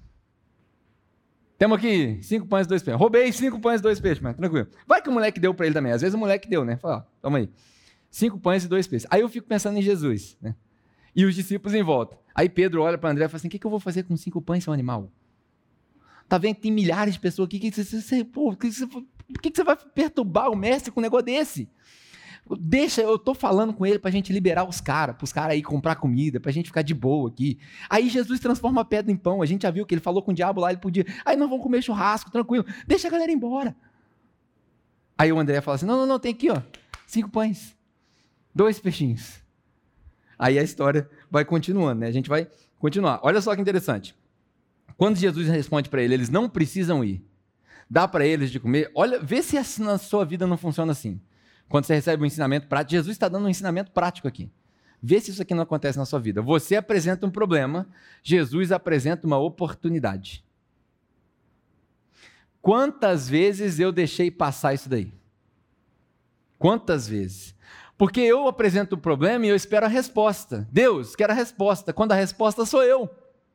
temos aqui cinco pães e dois peixes. Roubei cinco pães e dois peixes, mas tranquilo. Vai que o moleque deu para ele também. Às vezes o moleque deu, né? Fala, ó, toma aí. Cinco pães e dois peixes. Aí eu fico pensando em Jesus, né? E os discípulos em volta. Aí Pedro olha para André e fala assim, o que, que eu vou fazer com cinco pães, seu animal? Tá vendo que tem milhares de pessoas aqui. Que que você, pô, que você, por que, que você vai perturbar o mestre com um negócio desse? Deixa, eu tô falando com ele pra gente liberar os caras, pros caras aí comprar comida, pra gente ficar de boa aqui. Aí Jesus transforma a pedra em pão, a gente já viu que ele falou com o diabo lá, ele podia, aí nós vamos comer churrasco, tranquilo, deixa a galera ir embora. Aí o André fala assim, não, não, não, tem aqui ó, cinco pães, dois peixinhos. Aí a história vai continuando, né, a gente vai continuar. Olha só que interessante, quando Jesus responde para ele, eles não precisam ir, dá para eles de comer, olha, vê se na sua vida não funciona assim. Quando você recebe um ensinamento prático, Jesus está dando um ensinamento prático aqui. Vê se isso aqui não acontece na sua vida. Você apresenta um problema, Jesus apresenta uma oportunidade. Quantas vezes eu deixei passar isso daí? Quantas vezes? Porque eu apresento o problema e eu espero a resposta. Deus quer a resposta, quando a resposta sou eu.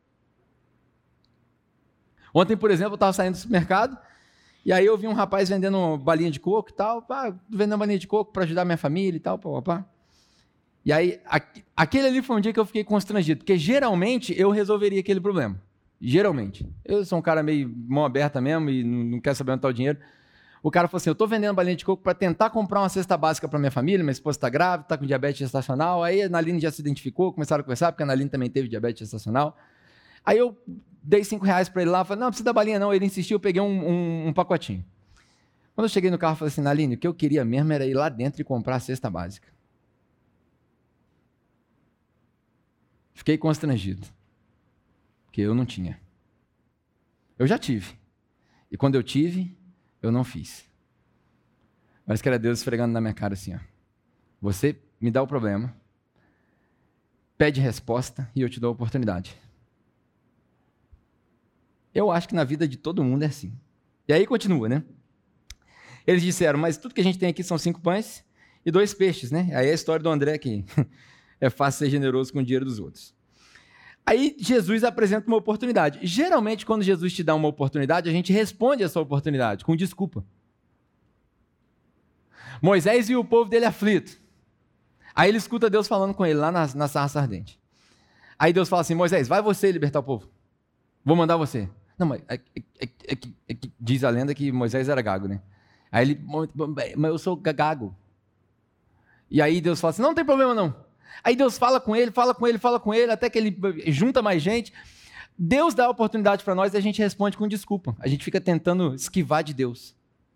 Ontem, por exemplo, eu estava saindo do supermercado, e aí eu vi um rapaz vendendo balinha de coco e tal, pá, vendendo balinha de coco para ajudar minha família e tal, pá, pá. E aí, aquele ali foi um dia que eu fiquei constrangido, porque geralmente eu resolveria aquele problema. Geralmente. Eu sou um cara meio mão aberta mesmo e não quero saber onde está o dinheiro. O cara falou assim, eu estou vendendo balinha de coco para tentar comprar uma cesta básica para minha família, minha esposa está grávida, está com diabetes gestacional. Aí a Analine já se identificou, começaram a conversar, porque a Analine também teve diabetes gestacional. Aí eu dei cinco reais para ele lá, falei, não, não precisa da balinha não. Ele insistiu, eu peguei um, um, um pacotinho. Quando eu cheguei no carro, eu falei assim, Analine, o que eu queria mesmo era ir lá dentro e comprar a cesta básica. Fiquei constrangido, porque eu não tinha. Eu já tive. E quando eu tive, eu não fiz. Mas que era Deus esfregando na minha cara assim, ó. Você me dá o problema, pede resposta e eu te dou a oportunidade. Eu acho que na vida de todo mundo é assim. E aí continua, né? Eles disseram, mas tudo que a gente tem aqui são cinco pães e dois peixes, né? Aí é a história do André que é fácil ser generoso com o dinheiro dos outros. Aí Jesus apresenta uma oportunidade. Geralmente, quando Jesus te dá uma oportunidade, a gente responde essa oportunidade com desculpa. Moisés viu o povo dele aflito. Aí ele escuta Deus falando com ele lá na, na sarça ardente. Aí Deus fala assim, Moisés, vai você libertar o povo. Vou mandar você. Não, mas é, é, é, é, é, diz a lenda que Moisés era gago, né? Aí ele, mas eu sou gago. E aí Deus fala assim, não, não tem problema não. Aí Deus fala com ele, fala com ele, fala com ele, até que ele junta mais gente. Deus dá a oportunidade para nós e a gente responde com desculpa. A gente fica tentando esquivar de Deus.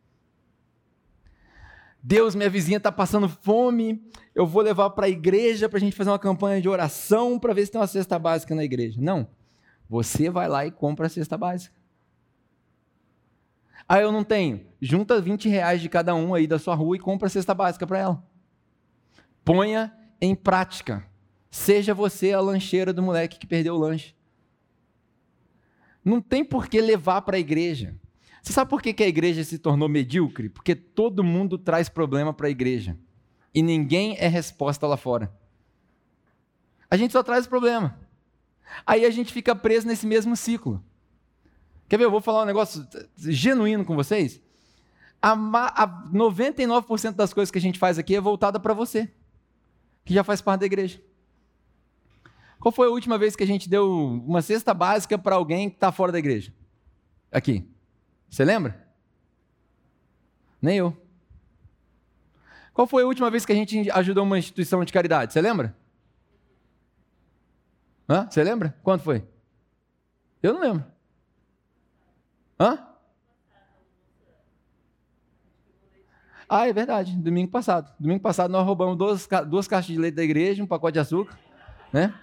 Deus, minha vizinha está passando fome, eu vou levar para a igreja para a gente fazer uma campanha de oração para ver se tem uma cesta básica na igreja. Não, você vai lá e compra a cesta básica. Ah, eu não tenho. Junta vinte reais de cada um aí da sua rua e compra a cesta básica para ela. Ponha em prática. Seja você a lancheira do moleque que perdeu o lanche. Não tem por que levar para a igreja. Você sabe por que que a igreja se tornou medíocre? Porque todo mundo traz problema para a igreja. E ninguém é resposta lá fora. A gente só traz problema. Aí a gente fica preso nesse mesmo ciclo. Quer ver? Eu vou falar um negócio genuíno com vocês. A, a noventa e nove por cento das coisas que a gente faz aqui é voltada para você, que já faz parte da igreja. Qual foi a última vez que a gente deu uma cesta básica para alguém que está fora da igreja? Aqui. Você lembra? Nem eu. Qual foi a última vez que a gente ajudou uma instituição de caridade? Você lembra? Hã? Você lembra? Quando foi? Eu não lembro. Hã? Ah, é verdade. Domingo passado. Domingo passado nós roubamos duas, duas caixas de leite da igreja, um pacote de açúcar, né?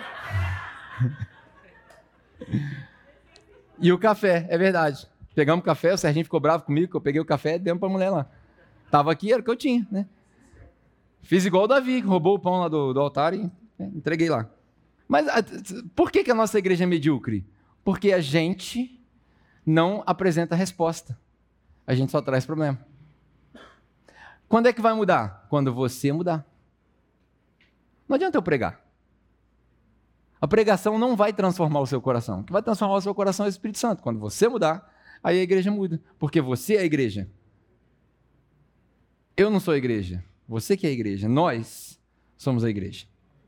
E o café, é verdade. Pegamos café, o Serginho ficou bravo comigo, que eu peguei o café e demos para a mulher lá. Estava aqui, era o que eu tinha, né? Fiz igual o Davi, roubou o pão lá do, do altar e né, entreguei lá. Mas a, por que, que a nossa igreja é medíocre? Porque a gente não apresenta resposta. A gente só traz problema. Quando é que vai mudar? Quando você mudar. Não adianta eu pregar. A pregação não vai transformar o seu coração. O que vai transformar o seu coração é o Espírito Santo. Quando você mudar, aí a igreja muda. Porque você é a igreja. Eu não sou a igreja. Você que é a igreja. Nós somos a igreja.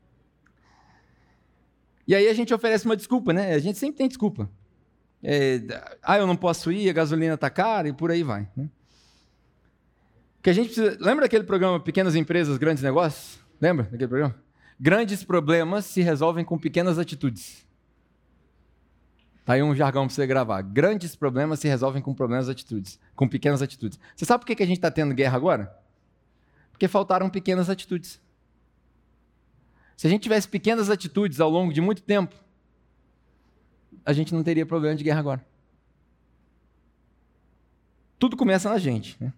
E aí a gente oferece uma desculpa, né? A gente sempre tem desculpa. É, ah, eu não posso ir, a gasolina está cara e por aí vai. Né? Que a gente precisa... Lembra daquele programa Pequenas Empresas, Grandes Negócios? Lembra daquele programa? Grandes problemas se resolvem com pequenas atitudes. Tá aí um jargão para você gravar. Grandes problemas se resolvem com problemas atitudes, com pequenas atitudes. Você sabe por que a gente está tendo guerra agora? Porque faltaram pequenas atitudes. Se a gente tivesse pequenas atitudes ao longo de muito tempo, a gente não teria problema de guerra agora. Tudo começa na gente, né?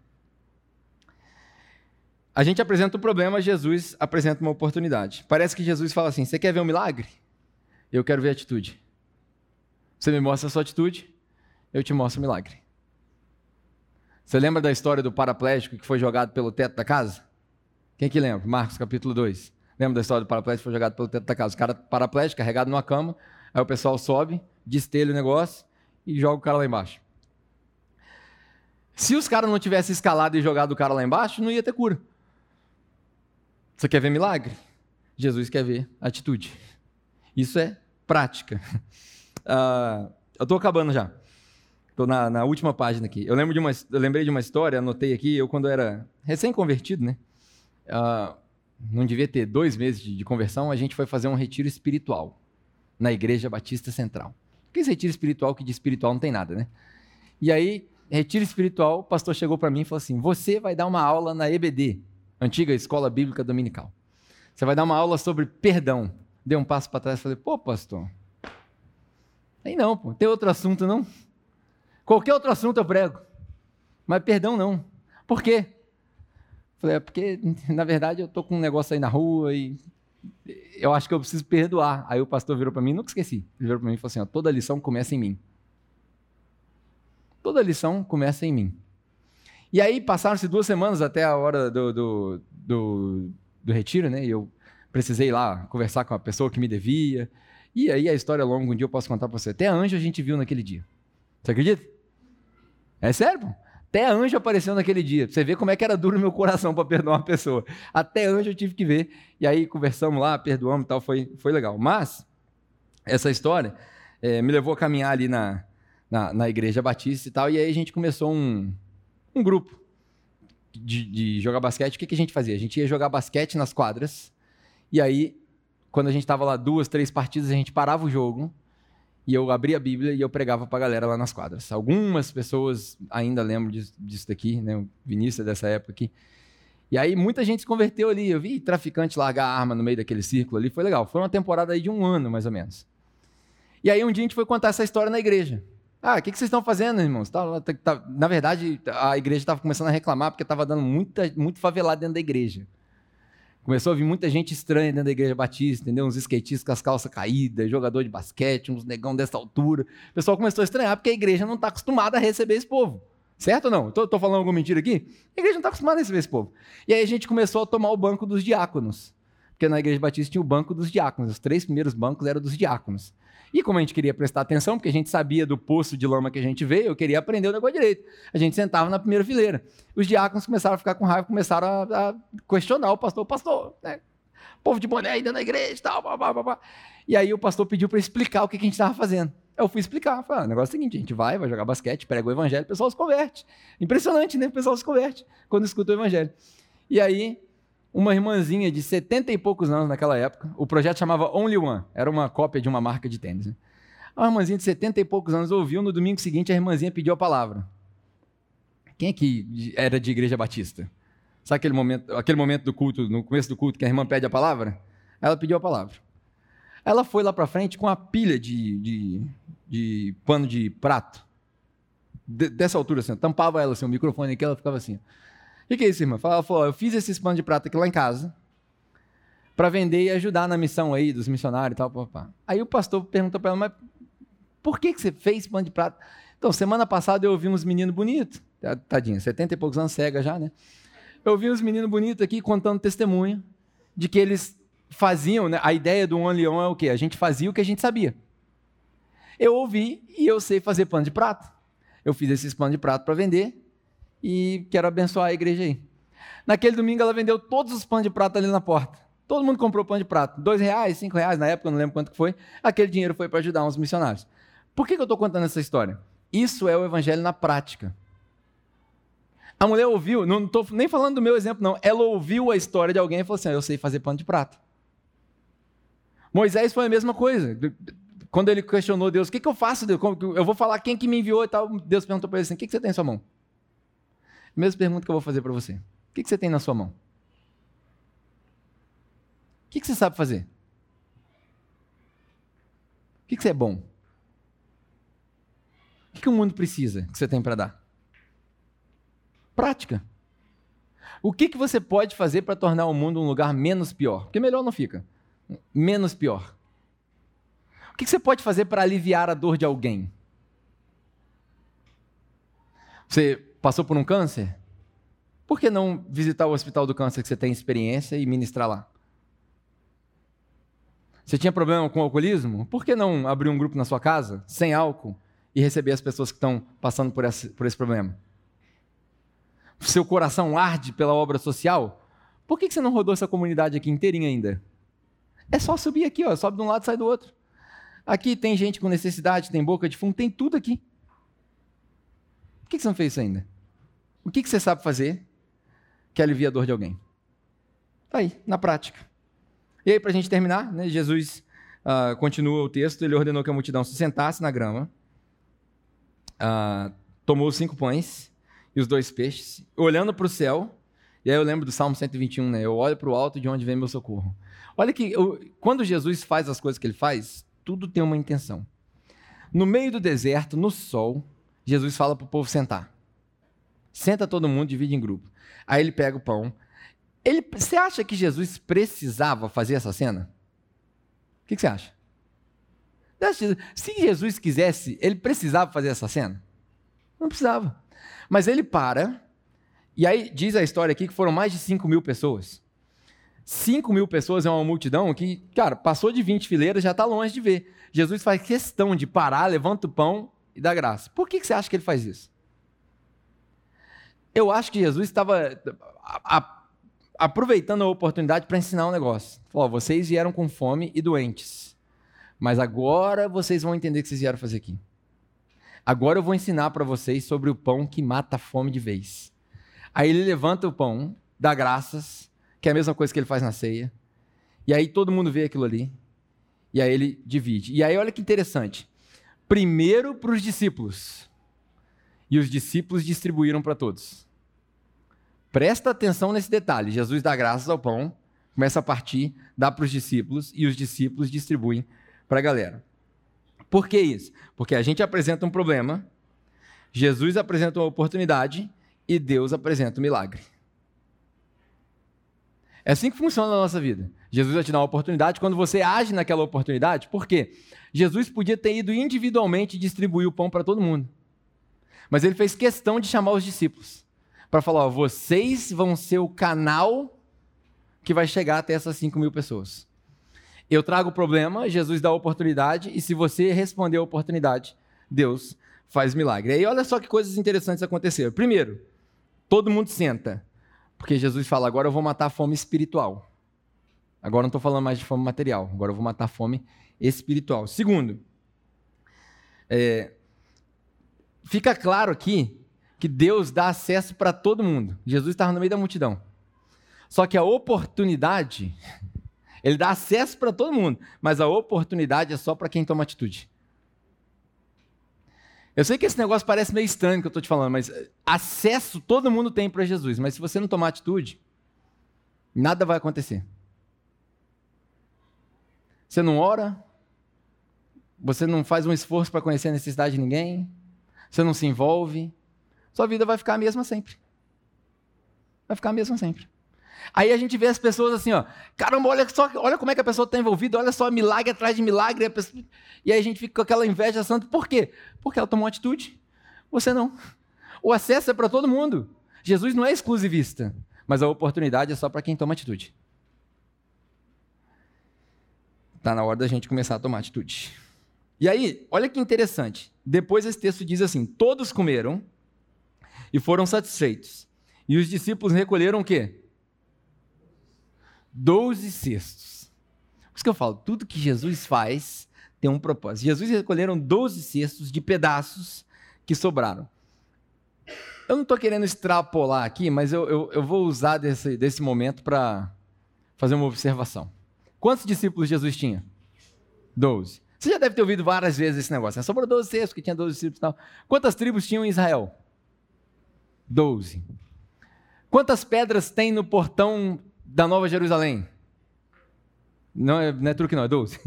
A gente apresenta um problema, Jesus apresenta uma oportunidade. Parece que Jesus fala assim, você quer ver um milagre? Eu quero ver a atitude. Você me mostra a sua atitude, eu te mostro o milagre. Você lembra da história do paraplégico que foi jogado pelo teto da casa? Quem que lembra? Marcos capítulo dois. Lembra da história do paraplégico que foi jogado pelo teto da casa? O cara paraplégico, carregado numa cama, aí o pessoal sobe, destelha o negócio e joga o cara lá embaixo. Se os caras não tivessem escalado e jogado o cara lá embaixo, não ia ter cura. Você quer ver milagre? Jesus quer ver atitude. Isso é prática. Uh, eu estou acabando já. Estou na, na última página aqui. Eu, lembro de uma, eu lembrei de uma história, anotei aqui, eu quando era recém-convertido, né? Uh, não devia ter dois meses de, de conversão, a gente foi fazer um retiro espiritual na Igreja Batista Central. Porque esse retiro espiritual, que de espiritual não tem nada, né? E aí, retiro espiritual, o pastor chegou para mim e falou assim, você vai dar uma aula na E B D, Antiga Escola Bíblica Dominical. Você vai dar uma aula sobre perdão. Dei um passo para trás e falei, pô, pastor, aí não, pô, tem outro assunto não? Qualquer outro assunto eu prego, mas perdão não. Por quê? Falei, é porque, na verdade, eu tô com um negócio aí na rua e eu acho que eu preciso perdoar. Aí o pastor virou para mim, nunca esqueci, ele virou para mim e falou assim, ó, toda lição começa em mim. Toda lição começa em mim. E aí passaram-se duas semanas até a hora do, do, do, do retiro, né? E eu precisei ir lá conversar com a pessoa que me devia. E aí a história é longa, um dia eu posso contar para você. Até anjo a gente viu naquele dia. Você acredita? É sério, pô? Até anjo apareceu naquele dia. Pra você ver como é que era duro o meu coração para perdoar uma pessoa. Até anjo eu tive que ver. E aí conversamos lá, perdoamos e tal, foi, foi legal. Mas essa história é, me levou a caminhar ali na, na, na Igreja Batista e tal. E aí a gente começou um, um grupo de, de jogar basquete. O que, que a gente fazia? A gente ia jogar basquete nas quadras. E aí, quando a gente estava lá duas, três partidas, a gente parava o jogo. E eu abria a Bíblia e eu pregava para a galera lá nas quadras. Algumas pessoas ainda lembram disso, disso daqui, né? O Vinícius é dessa época aqui. E aí muita gente se converteu ali. Eu vi traficante largar a arma no meio daquele círculo ali. Foi legal. Foi uma temporada aí de um ano, mais ou menos. E aí um dia a gente foi contar essa história na igreja. Ah, o que, que vocês estão fazendo, irmãos? Tá, tá, tá. Na verdade, a igreja estava começando a reclamar porque estava dando muita, muito favelado dentro da igreja. Começou a vir muita gente estranha dentro da Igreja Batista, entendeu? Uns skatistas com as calças caídas, jogador de basquete, uns negão dessa altura. O pessoal começou a estranhar porque a igreja não está acostumada a receber esse povo. Certo ou não? Estou falando alguma mentira aqui? A igreja não está acostumada a receber esse povo. E aí a gente começou a tomar o banco dos diáconos. Porque na Igreja Batista tinha o banco dos diáconos. Os três primeiros bancos eram dos diáconos. E como a gente queria prestar atenção, porque a gente sabia do poço de lama que a gente veio, eu queria aprender o negócio direito. A gente sentava na primeira fileira. Os diáconos começaram a ficar com raiva, começaram a, a questionar o pastor. Pastor, né? Povo de boné aí dentro da igreja e tal. Blá, blá, blá, blá. E aí o pastor pediu para explicar o que a gente estava fazendo. Eu fui explicar. Falei, ah, o negócio é o seguinte, a gente vai, vai jogar basquete, prega o evangelho, o pessoal se converte. Impressionante, né? O pessoal se converte quando escuta o evangelho. E aí, uma irmãzinha de setenta e poucos anos naquela época, o projeto chamava Only One, era uma cópia de uma marca de tênis. Né? Uma irmãzinha de setenta e poucos anos ouviu, no domingo seguinte a irmãzinha pediu a palavra. Quem é que era de Igreja Batista? Sabe aquele momento, aquele momento do culto, no começo do culto, que a irmã pede a palavra? Ela pediu a palavra. Ela foi lá para frente com uma pilha de, de, de pano de prato, de, dessa altura, assim, tampava ela, assim, o microfone aqui, ela ficava assim. O que, que é isso, irmã? Ela falou, eu fiz esses panos de prato aqui lá em casa, para vender e ajudar na missão aí, dos missionários e tal. Pá, pá. Aí o pastor perguntou para ela, mas por que, que você fez pano de prato? Então, semana passada eu ouvi uns meninos bonitos, tadinha, setenta e poucos anos, cega já, né? Eu vi uns meninos bonitos aqui contando testemunho de que eles faziam, né? A ideia do One Leon é o quê? A gente fazia o que a gente sabia. Eu ouvi e eu sei fazer pano de prato. Eu fiz esses panos de prato para vender e quero abençoar a igreja aí. Naquele domingo ela vendeu todos os panos de prato ali na porta. Todo mundo comprou pano de prato. Dois reais, cinco reais, na época eu não lembro quanto que foi. Aquele dinheiro foi para ajudar uns missionários. Por que, que eu estou contando essa história? Isso é o evangelho na prática. A mulher ouviu, não estou nem falando do meu exemplo, não. Ela ouviu a história de alguém e falou assim, ah, eu sei fazer pano de prato. Moisés foi a mesma coisa. Quando ele questionou Deus, o que, que eu faço, Deus? Eu vou falar quem que me enviou e tal. Deus perguntou para ele assim, o que, que você tem na sua mão? Mesma pergunta que eu vou fazer para você. O que, que você tem na sua mão? O que, que você sabe fazer? O que, que você é bom? O que, que o mundo precisa que você tem para dar? Prática. O que, que você pode fazer para tornar o mundo um lugar menos pior? Porque melhor não fica. Menos pior. O que, que você pode fazer para aliviar a dor de alguém? Você passou por um câncer? Por que não visitar o hospital do câncer que você tem experiência e ministrar lá? Você tinha problema com o alcoolismo? Por que não abrir um grupo na sua casa, sem álcool, e receber as pessoas que estão passando por esse, por esse problema? Seu coração arde pela obra social? Por que você não rodou essa comunidade aqui inteirinha ainda? É só subir aqui, ó, sobe de um lado e sai do outro. Aqui tem gente com necessidade, tem boca de fumo, tem tudo aqui. Por que você não fez isso ainda? O que você sabe fazer que alivia a dor de alguém? Está aí, na prática. E aí, para a gente terminar, né, Jesus uh, continua o texto, ele ordenou que a multidão se sentasse na grama, uh, tomou os cinco pães e os dois peixes, olhando para o céu, e aí eu lembro do Salmo cento e vinte e um, né? Eu olho para o alto de onde vem meu socorro. Olha que eu, quando Jesus faz as coisas que ele faz, tudo tem uma intenção. No meio do deserto, no sol, Jesus fala para o povo sentar. Senta todo mundo, divide em grupo. Aí ele pega o pão. Ele, você acha que Jesus precisava fazer essa cena? O que, que você acha? Se Jesus quisesse, ele precisava fazer essa cena? Não precisava. Mas ele para, e aí diz a história aqui que foram mais de cinco mil pessoas. cinco mil pessoas é uma multidão que, cara, passou de vinte fileiras, já está longe de ver. Jesus faz questão de parar, levanta o pão e dá graça. Por que, que você acha que ele faz isso? Eu acho que Jesus estava a, a, aproveitando a oportunidade para ensinar um negócio. Falou, vocês vieram com fome e doentes, mas agora vocês vão entender o que vocês vieram fazer aqui. Agora eu vou ensinar para vocês sobre o pão que mata a fome de vez. Aí ele levanta o pão, dá graças, que é a mesma coisa que ele faz na ceia, e aí todo mundo vê aquilo ali, e aí ele divide. E aí olha que interessante, primeiro para os discípulos, e os discípulos distribuíram para todos. Presta atenção nesse detalhe, Jesus dá graças ao pão, começa a partir, dá para os discípulos, e os discípulos distribuem para a galera. Por que isso? Porque a gente apresenta um problema, Jesus apresenta uma oportunidade, e Deus apresenta um milagre. É assim que funciona na nossa vida. Jesus vai te dar uma oportunidade quando você age naquela oportunidade. Por quê? Jesus podia ter ido individualmente distribuir o pão para todo mundo. Mas ele fez questão de chamar os discípulos. Para falar, ó, vocês vão ser o canal que vai chegar até essas cinco mil pessoas. Eu trago o problema, Jesus dá a oportunidade, e se você responder a oportunidade, Deus faz milagre. E aí olha só que coisas interessantes aconteceram. Primeiro, todo mundo senta. Porque Jesus fala, agora eu vou matar a fome espiritual. Agora não estou falando mais de fome material, agora eu vou matar a fome espiritual. Segundo, é, fica claro aqui que Deus dá acesso para todo mundo. Jesus estava no meio da multidão. Só que a oportunidade, ele dá acesso para todo mundo, mas a oportunidade é só para quem toma atitude. Eu sei que esse negócio parece meio estranho que eu estou te falando, mas acesso todo mundo tem para Jesus, mas se você não tomar atitude, nada vai acontecer. Você não ora, você não faz um esforço para conhecer a necessidade de ninguém, você não se envolve, sua vida vai ficar a mesma sempre. Vai ficar a mesma sempre. Aí a gente vê as pessoas assim, ó, caramba, olha só, olha como é que a pessoa está envolvida, olha só, milagre atrás de milagre, a pessoa... e aí a gente fica com aquela inveja santa. Por quê? Porque ela tomou atitude, você não. O acesso é para todo mundo. Jesus não é exclusivista, mas a oportunidade é só para quem toma atitude. Está na hora da gente começar a tomar atitude. E aí, olha que interessante, depois esse texto diz assim, todos comeram e foram satisfeitos, e os discípulos recolheram o quê? Doze cestos. Por isso que eu falo, tudo que Jesus faz tem um propósito. Jesus recolheram doze cestos de pedaços que sobraram. Eu não estou querendo extrapolar aqui, mas eu, eu, eu vou usar desse, desse momento para fazer uma observação. Quantos discípulos Jesus tinha? Doze. Você já deve ter ouvido várias vezes esse negócio, né? Sobrou doze cestos, porque tinha doze discípulos e tal. Quantas tribos tinham em Israel? Doze. Quantas pedras tem no portão da Nova Jerusalém? Não é, não é truque não, é doze.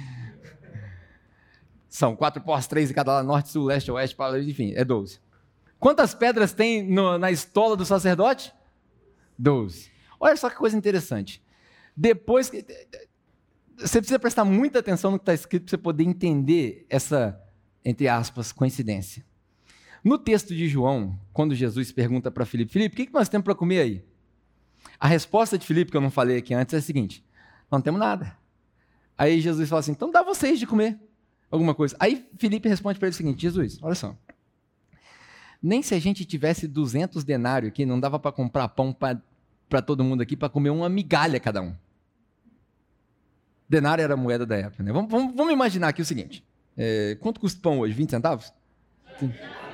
São quatro postes, três em cada lado, norte, sul, leste, oeste, enfim, é doze. Quantas pedras tem no, na estola do sacerdote? doze. Olha só que coisa interessante. Depois, que você precisa prestar muita atenção no que está escrito para você poder entender essa, entre aspas, coincidência. No texto de João, quando Jesus pergunta para Filipe, Filipe, o que nós temos para comer aí? A resposta de Filipe, que eu não falei aqui antes, é a seguinte, não temos nada. Aí Jesus fala assim, então dá vocês de comer alguma coisa. Aí Filipe responde para ele o seguinte, Jesus, olha só, nem se a gente tivesse duzentos denários aqui, não dava para comprar pão para todo mundo aqui, para comer uma migalha cada um. Denário era a moeda da época, né? Vamos, vamos, vamos imaginar aqui o seguinte, é, quanto custa o pão hoje? vinte centavos? Sim.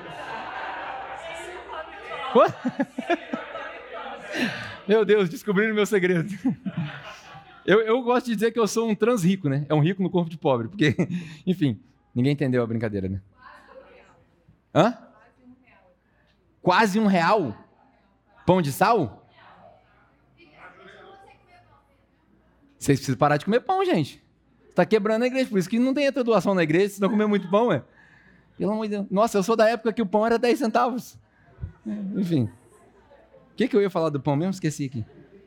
Meu Deus, descobriram meu segredo. Eu, eu gosto de dizer que eu sou um trans rico, né? É um rico no corpo de pobre, porque, enfim, ninguém entendeu a brincadeira, né? Hã? Quase um real? Pão de sal? Vocês precisam parar de comer pão, gente. Está quebrando a igreja, por isso que não tem outra doação na igreja, se não comer muito pão, é. Pelo amor de Deus. Nossa, eu sou da época que o pão era dez centavos. Enfim. O que, que eu ia falar do pão mesmo? Esqueci aqui.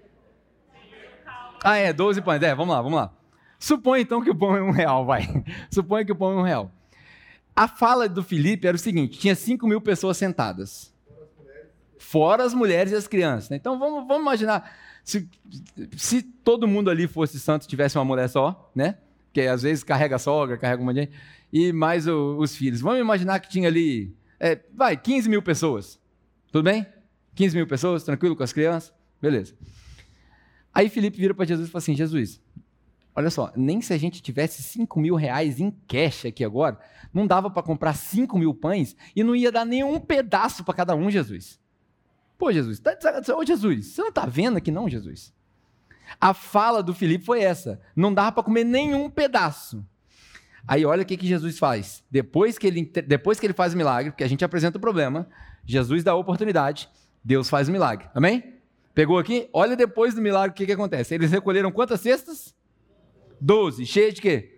Ah, é, doze pães. É, vamos lá, vamos lá. Supõe então que o pão é um real, vai. Supõe que o pão é um real. A fala do Filipe era o seguinte, tinha cinco mil pessoas sentadas. Fora as mulheres e as crianças. Né? Então vamos, vamos imaginar, se, se todo mundo ali fosse santo, tivesse uma mulher só, né? Porque às vezes carrega a sogra, carrega uma gente, e mais o, os filhos. Vamos imaginar que tinha ali, é, vai, quinze mil pessoas. Tudo bem? quinze mil pessoas, tranquilo com as crianças? Beleza. Aí Filipe vira para Jesus e fala assim, Jesus, olha só, nem se a gente tivesse cinco mil reais em cash aqui agora, não dava para comprar cinco mil pães e não ia dar nenhum pedaço para cada um, Jesus. Pô, Jesus, tá, ô Jesus, você não está vendo aqui não, Jesus? A fala do Filipe foi essa, não dava para comer nenhum pedaço. Aí olha o que, que Jesus faz. Depois que, ele, depois que ele faz o milagre, porque a gente apresenta o problema, Jesus dá a oportunidade, Deus faz o milagre. Amém? Pegou aqui? Olha depois do milagre o que, que acontece. Eles recolheram quantas cestas? Doze. Cheia de quê?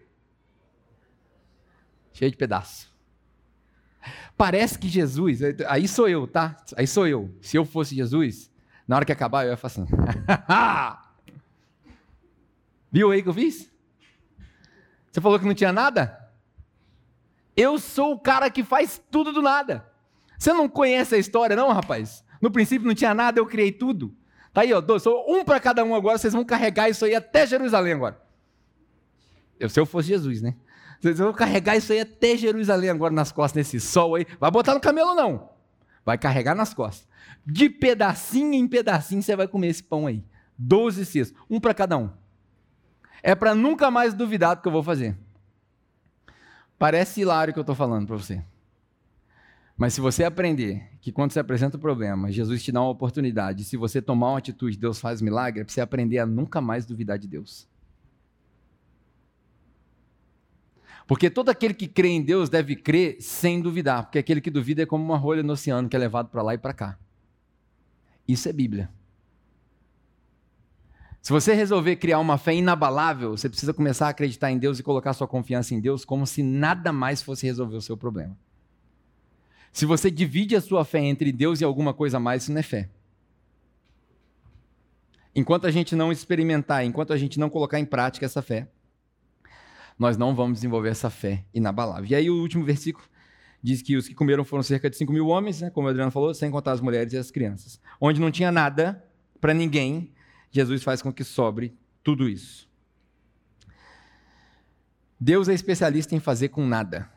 Cheia de pedaço. Parece que Jesus, aí sou eu, tá? Aí sou eu. Se eu fosse Jesus, na hora que acabar eu ia falar assim. Viu aí que eu fiz? Você falou que não tinha nada? Eu sou o cara que faz tudo do nada. Você não conhece a história não, rapaz? No princípio não tinha nada, eu criei tudo. Tá aí, ó, sou um para cada um agora, vocês vão carregar isso aí até Jerusalém agora. Eu, se eu fosse Jesus, né? Vocês vão carregar isso aí até Jerusalém agora nas costas, nesse sol aí. Vai botar no camelo não. Vai carregar nas costas. De pedacinho em pedacinho você vai comer esse pão aí. Doze cestos, um para cada um. É para nunca mais duvidar do que eu vou fazer. Parece hilário o que eu estou falando para você. Mas se você aprender que quando você apresenta o problema, Jesus te dá uma oportunidade, e se você tomar uma atitude, Deus faz milagre, é para você aprender a nunca mais duvidar de Deus. Porque todo aquele que crê em Deus deve crer sem duvidar, porque aquele que duvida é como uma rolha no oceano que é levado para lá e para cá. Isso é Bíblia. Se você resolver criar uma fé inabalável, você precisa começar a acreditar em Deus e colocar sua confiança em Deus como se nada mais fosse resolver o seu problema. Se você divide a sua fé entre Deus e alguma coisa a mais, isso não é fé. Enquanto a gente não experimentar, enquanto a gente não colocar em prática essa fé, nós não vamos desenvolver essa fé inabalável. E aí o último versículo diz que os que comeram foram cerca de cinco mil homens, né, como o Adriano falou, sem contar as mulheres e as crianças. Onde não tinha nada para ninguém, Jesus faz com que sobre tudo isso. Deus é especialista em fazer com nada.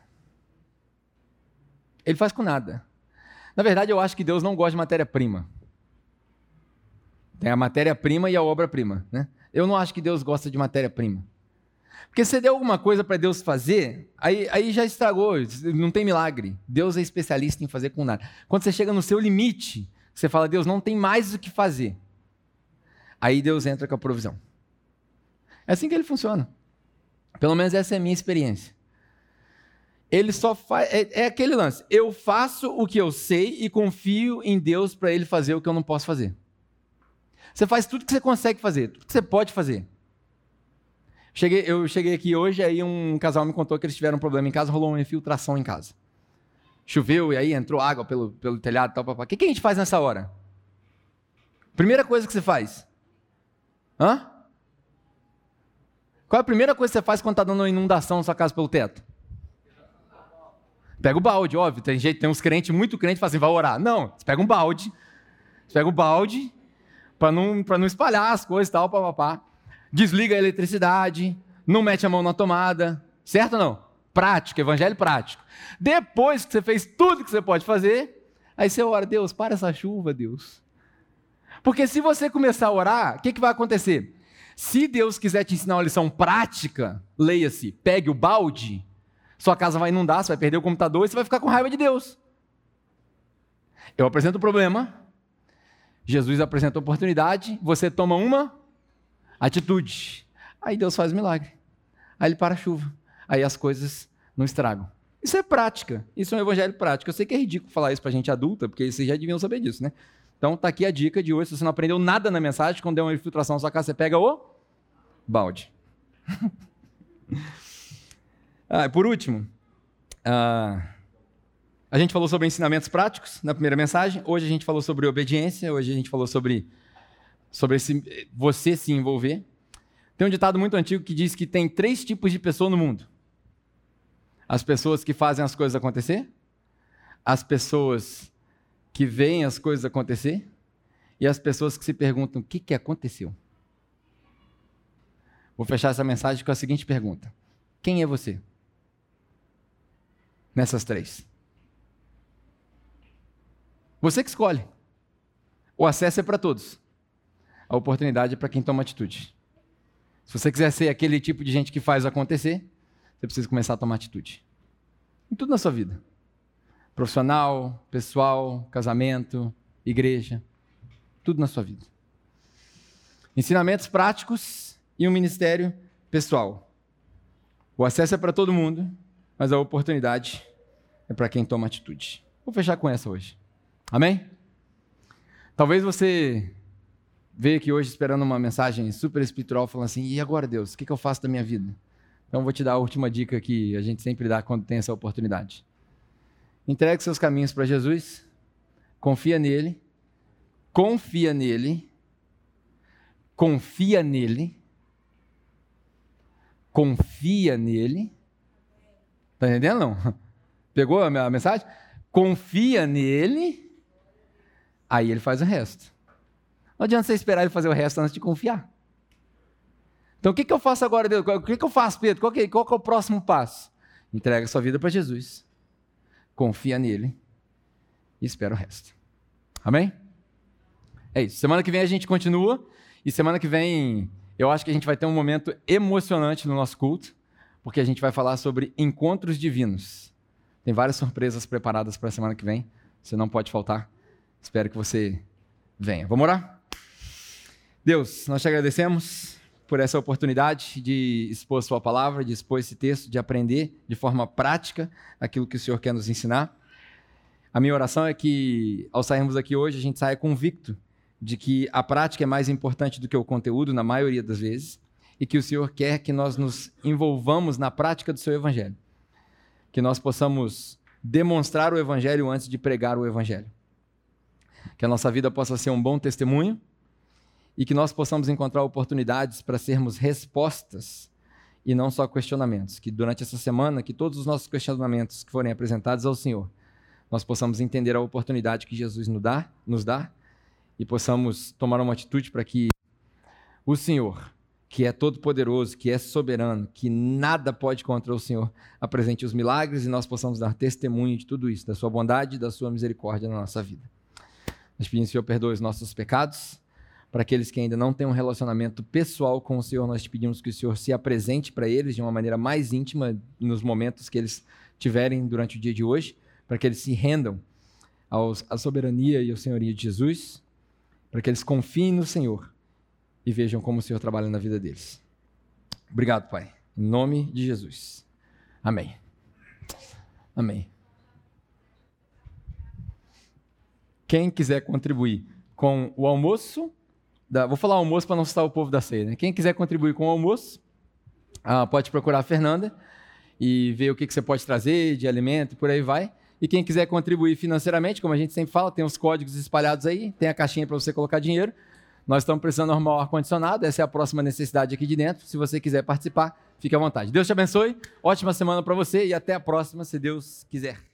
Ele faz com nada. Na verdade, eu acho que Deus não gosta de matéria-prima. Tem a matéria-prima e a obra-prima, né? Eu não acho que Deus gosta de matéria-prima. Porque se você deu alguma coisa para Deus fazer, aí, aí já estragou, não tem milagre. Deus é especialista em fazer com nada. Quando você chega no seu limite, você fala, Deus, não tem mais o que fazer. Aí Deus entra com a provisão. É assim que ele funciona. Pelo menos essa é a minha experiência. Ele só faz, é, é aquele lance, eu faço o que eu sei e confio em Deus para ele fazer o que eu não posso fazer. Você faz tudo que você consegue fazer, tudo que você pode fazer. Cheguei, eu cheguei aqui hoje, aí um casal me contou que eles tiveram um problema em casa, rolou uma infiltração em casa. Choveu e aí entrou água pelo, pelo telhado e tal, papá. O que, que a gente faz nessa hora? Primeira coisa que você faz? Hã? Qual é a primeira coisa que você faz quando está dando uma inundação na sua casa pelo teto? Pega o balde, óbvio. Tem gente, tem uns crentes, muito crentes, que falam assim, vai orar. Não, você pega um balde. Você pega o balde para não, para não espalhar as coisas e tal, papapá. Desliga a eletricidade, não mete a mão na tomada. Certo ou não? Prático, evangelho prático. Depois que você fez tudo que você pode fazer, aí você ora, Deus, para essa chuva, Deus. Porque se você começar a orar, o que, que vai acontecer? Se Deus quiser te ensinar uma lição prática, leia-se, pegue o balde, sua casa vai inundar, você vai perder o computador e você vai ficar com raiva de Deus. Eu apresento o problema, Jesus apresenta a oportunidade, você toma uma atitude. Aí Deus faz milagre. Aí ele para a chuva. Aí as coisas não estragam. Isso é prática. Isso é um evangelho prático. Eu sei que é ridículo falar isso para gente adulta, porque vocês já deviam saber disso, né? Então tá aqui a dica de hoje. Se você não aprendeu nada na mensagem, quando der uma infiltração na sua casa, você pega o balde. ah, por último, ah, a gente falou sobre ensinamentos práticos na primeira mensagem. Hoje a gente falou sobre obediência. Hoje a gente falou sobre, sobre esse, você se envolver. Tem um ditado muito antigo que diz que tem três tipos de pessoa no mundo. As pessoas que fazem as coisas acontecer, as pessoas que veem as coisas acontecer e as pessoas que se perguntam o que, que aconteceu. Vou fechar essa mensagem com a seguinte pergunta. Quem é você? Nessas três. Você que escolhe. O acesso é para todos. A oportunidade é para quem toma atitude. Se você quiser ser aquele tipo de gente que faz acontecer, você precisa começar a tomar atitude. Em tudo na sua vida. Profissional, pessoal, casamento, igreja. Tudo na sua vida. Ensinamentos práticos e um ministério pessoal. O acesso é para todo mundo, mas a oportunidade é para quem toma atitude. Vou fechar com essa hoje. Amém? Talvez você veio aqui hoje esperando uma mensagem super espiritual, falando assim, e agora, Deus, o que eu faço da minha vida? Então, vou te dar a última dica que a gente sempre dá quando tem essa oportunidade. Entregue seus caminhos para Jesus, confia nele, confia nele, confia nele, confia nele. Está entendendo, não? Pegou a mensagem? Confia nele, aí ele faz o resto. Não adianta você esperar ele fazer o resto antes de confiar. Então, o que, que eu faço agora, Deus? O que, que eu faço, Pedro? Qual que, qual que é o próximo passo? Entrega sua vida para Jesus. Confia nele. E espera o resto. Amém? É isso. Semana que vem a gente continua. E semana que vem, eu acho que a gente vai ter um momento emocionante no nosso culto. Porque a gente vai falar sobre encontros divinos. Tem várias surpresas preparadas para a semana que vem. Você não pode faltar. Espero que você venha. Vamos orar? Deus, nós te agradecemos por essa oportunidade de expor sua palavra, de expor esse texto, de aprender de forma prática aquilo que o Senhor quer nos ensinar. A minha oração é que, ao sairmos daqui hoje, a gente saia convicto de que a prática é mais importante do que o conteúdo, na maioria das vezes, e que o Senhor quer que nós nos envolvamos na prática do seu Evangelho. Que nós possamos demonstrar o Evangelho antes de pregar o Evangelho. Que a nossa vida possa ser um bom testemunho, e que nós possamos encontrar oportunidades para sermos respostas e não só questionamentos. Que durante essa semana, que todos os nossos questionamentos que forem apresentados ao Senhor, nós possamos entender a oportunidade que Jesus nos dá, nos dá e possamos tomar uma atitude para que o Senhor, que é todo-poderoso, que é soberano, que nada pode contra o Senhor, apresente os milagres e nós possamos dar testemunho de tudo isso, da sua bondade e da sua misericórdia na nossa vida. Nós pedimos que o Senhor perdoe os nossos pecados. Para aqueles que ainda não têm um relacionamento pessoal com o Senhor, nós te pedimos que o Senhor se apresente para eles de uma maneira mais íntima nos momentos que eles tiverem durante o dia de hoje, para que eles se rendam aos, à soberania e à senhoria de Jesus, para que eles confiem no Senhor e vejam como o Senhor trabalha na vida deles. Obrigado, Pai. Em nome de Jesus. Amém. Amém. Quem quiser contribuir com o almoço... Da, vou falar almoço para não assustar o povo da ceia, né? Quem quiser contribuir com o almoço, ah, pode procurar a Fernanda e ver o que, que você pode trazer de alimento e por aí vai. E quem quiser contribuir financeiramente, como a gente sempre fala, tem os códigos espalhados aí, tem a caixinha para você colocar dinheiro. Nós estamos precisando arrumar o ar-condicionado, essa é a próxima necessidade aqui de dentro. Se você quiser participar, fique à vontade. Deus te abençoe, ótima semana para você e até a próxima, se Deus quiser.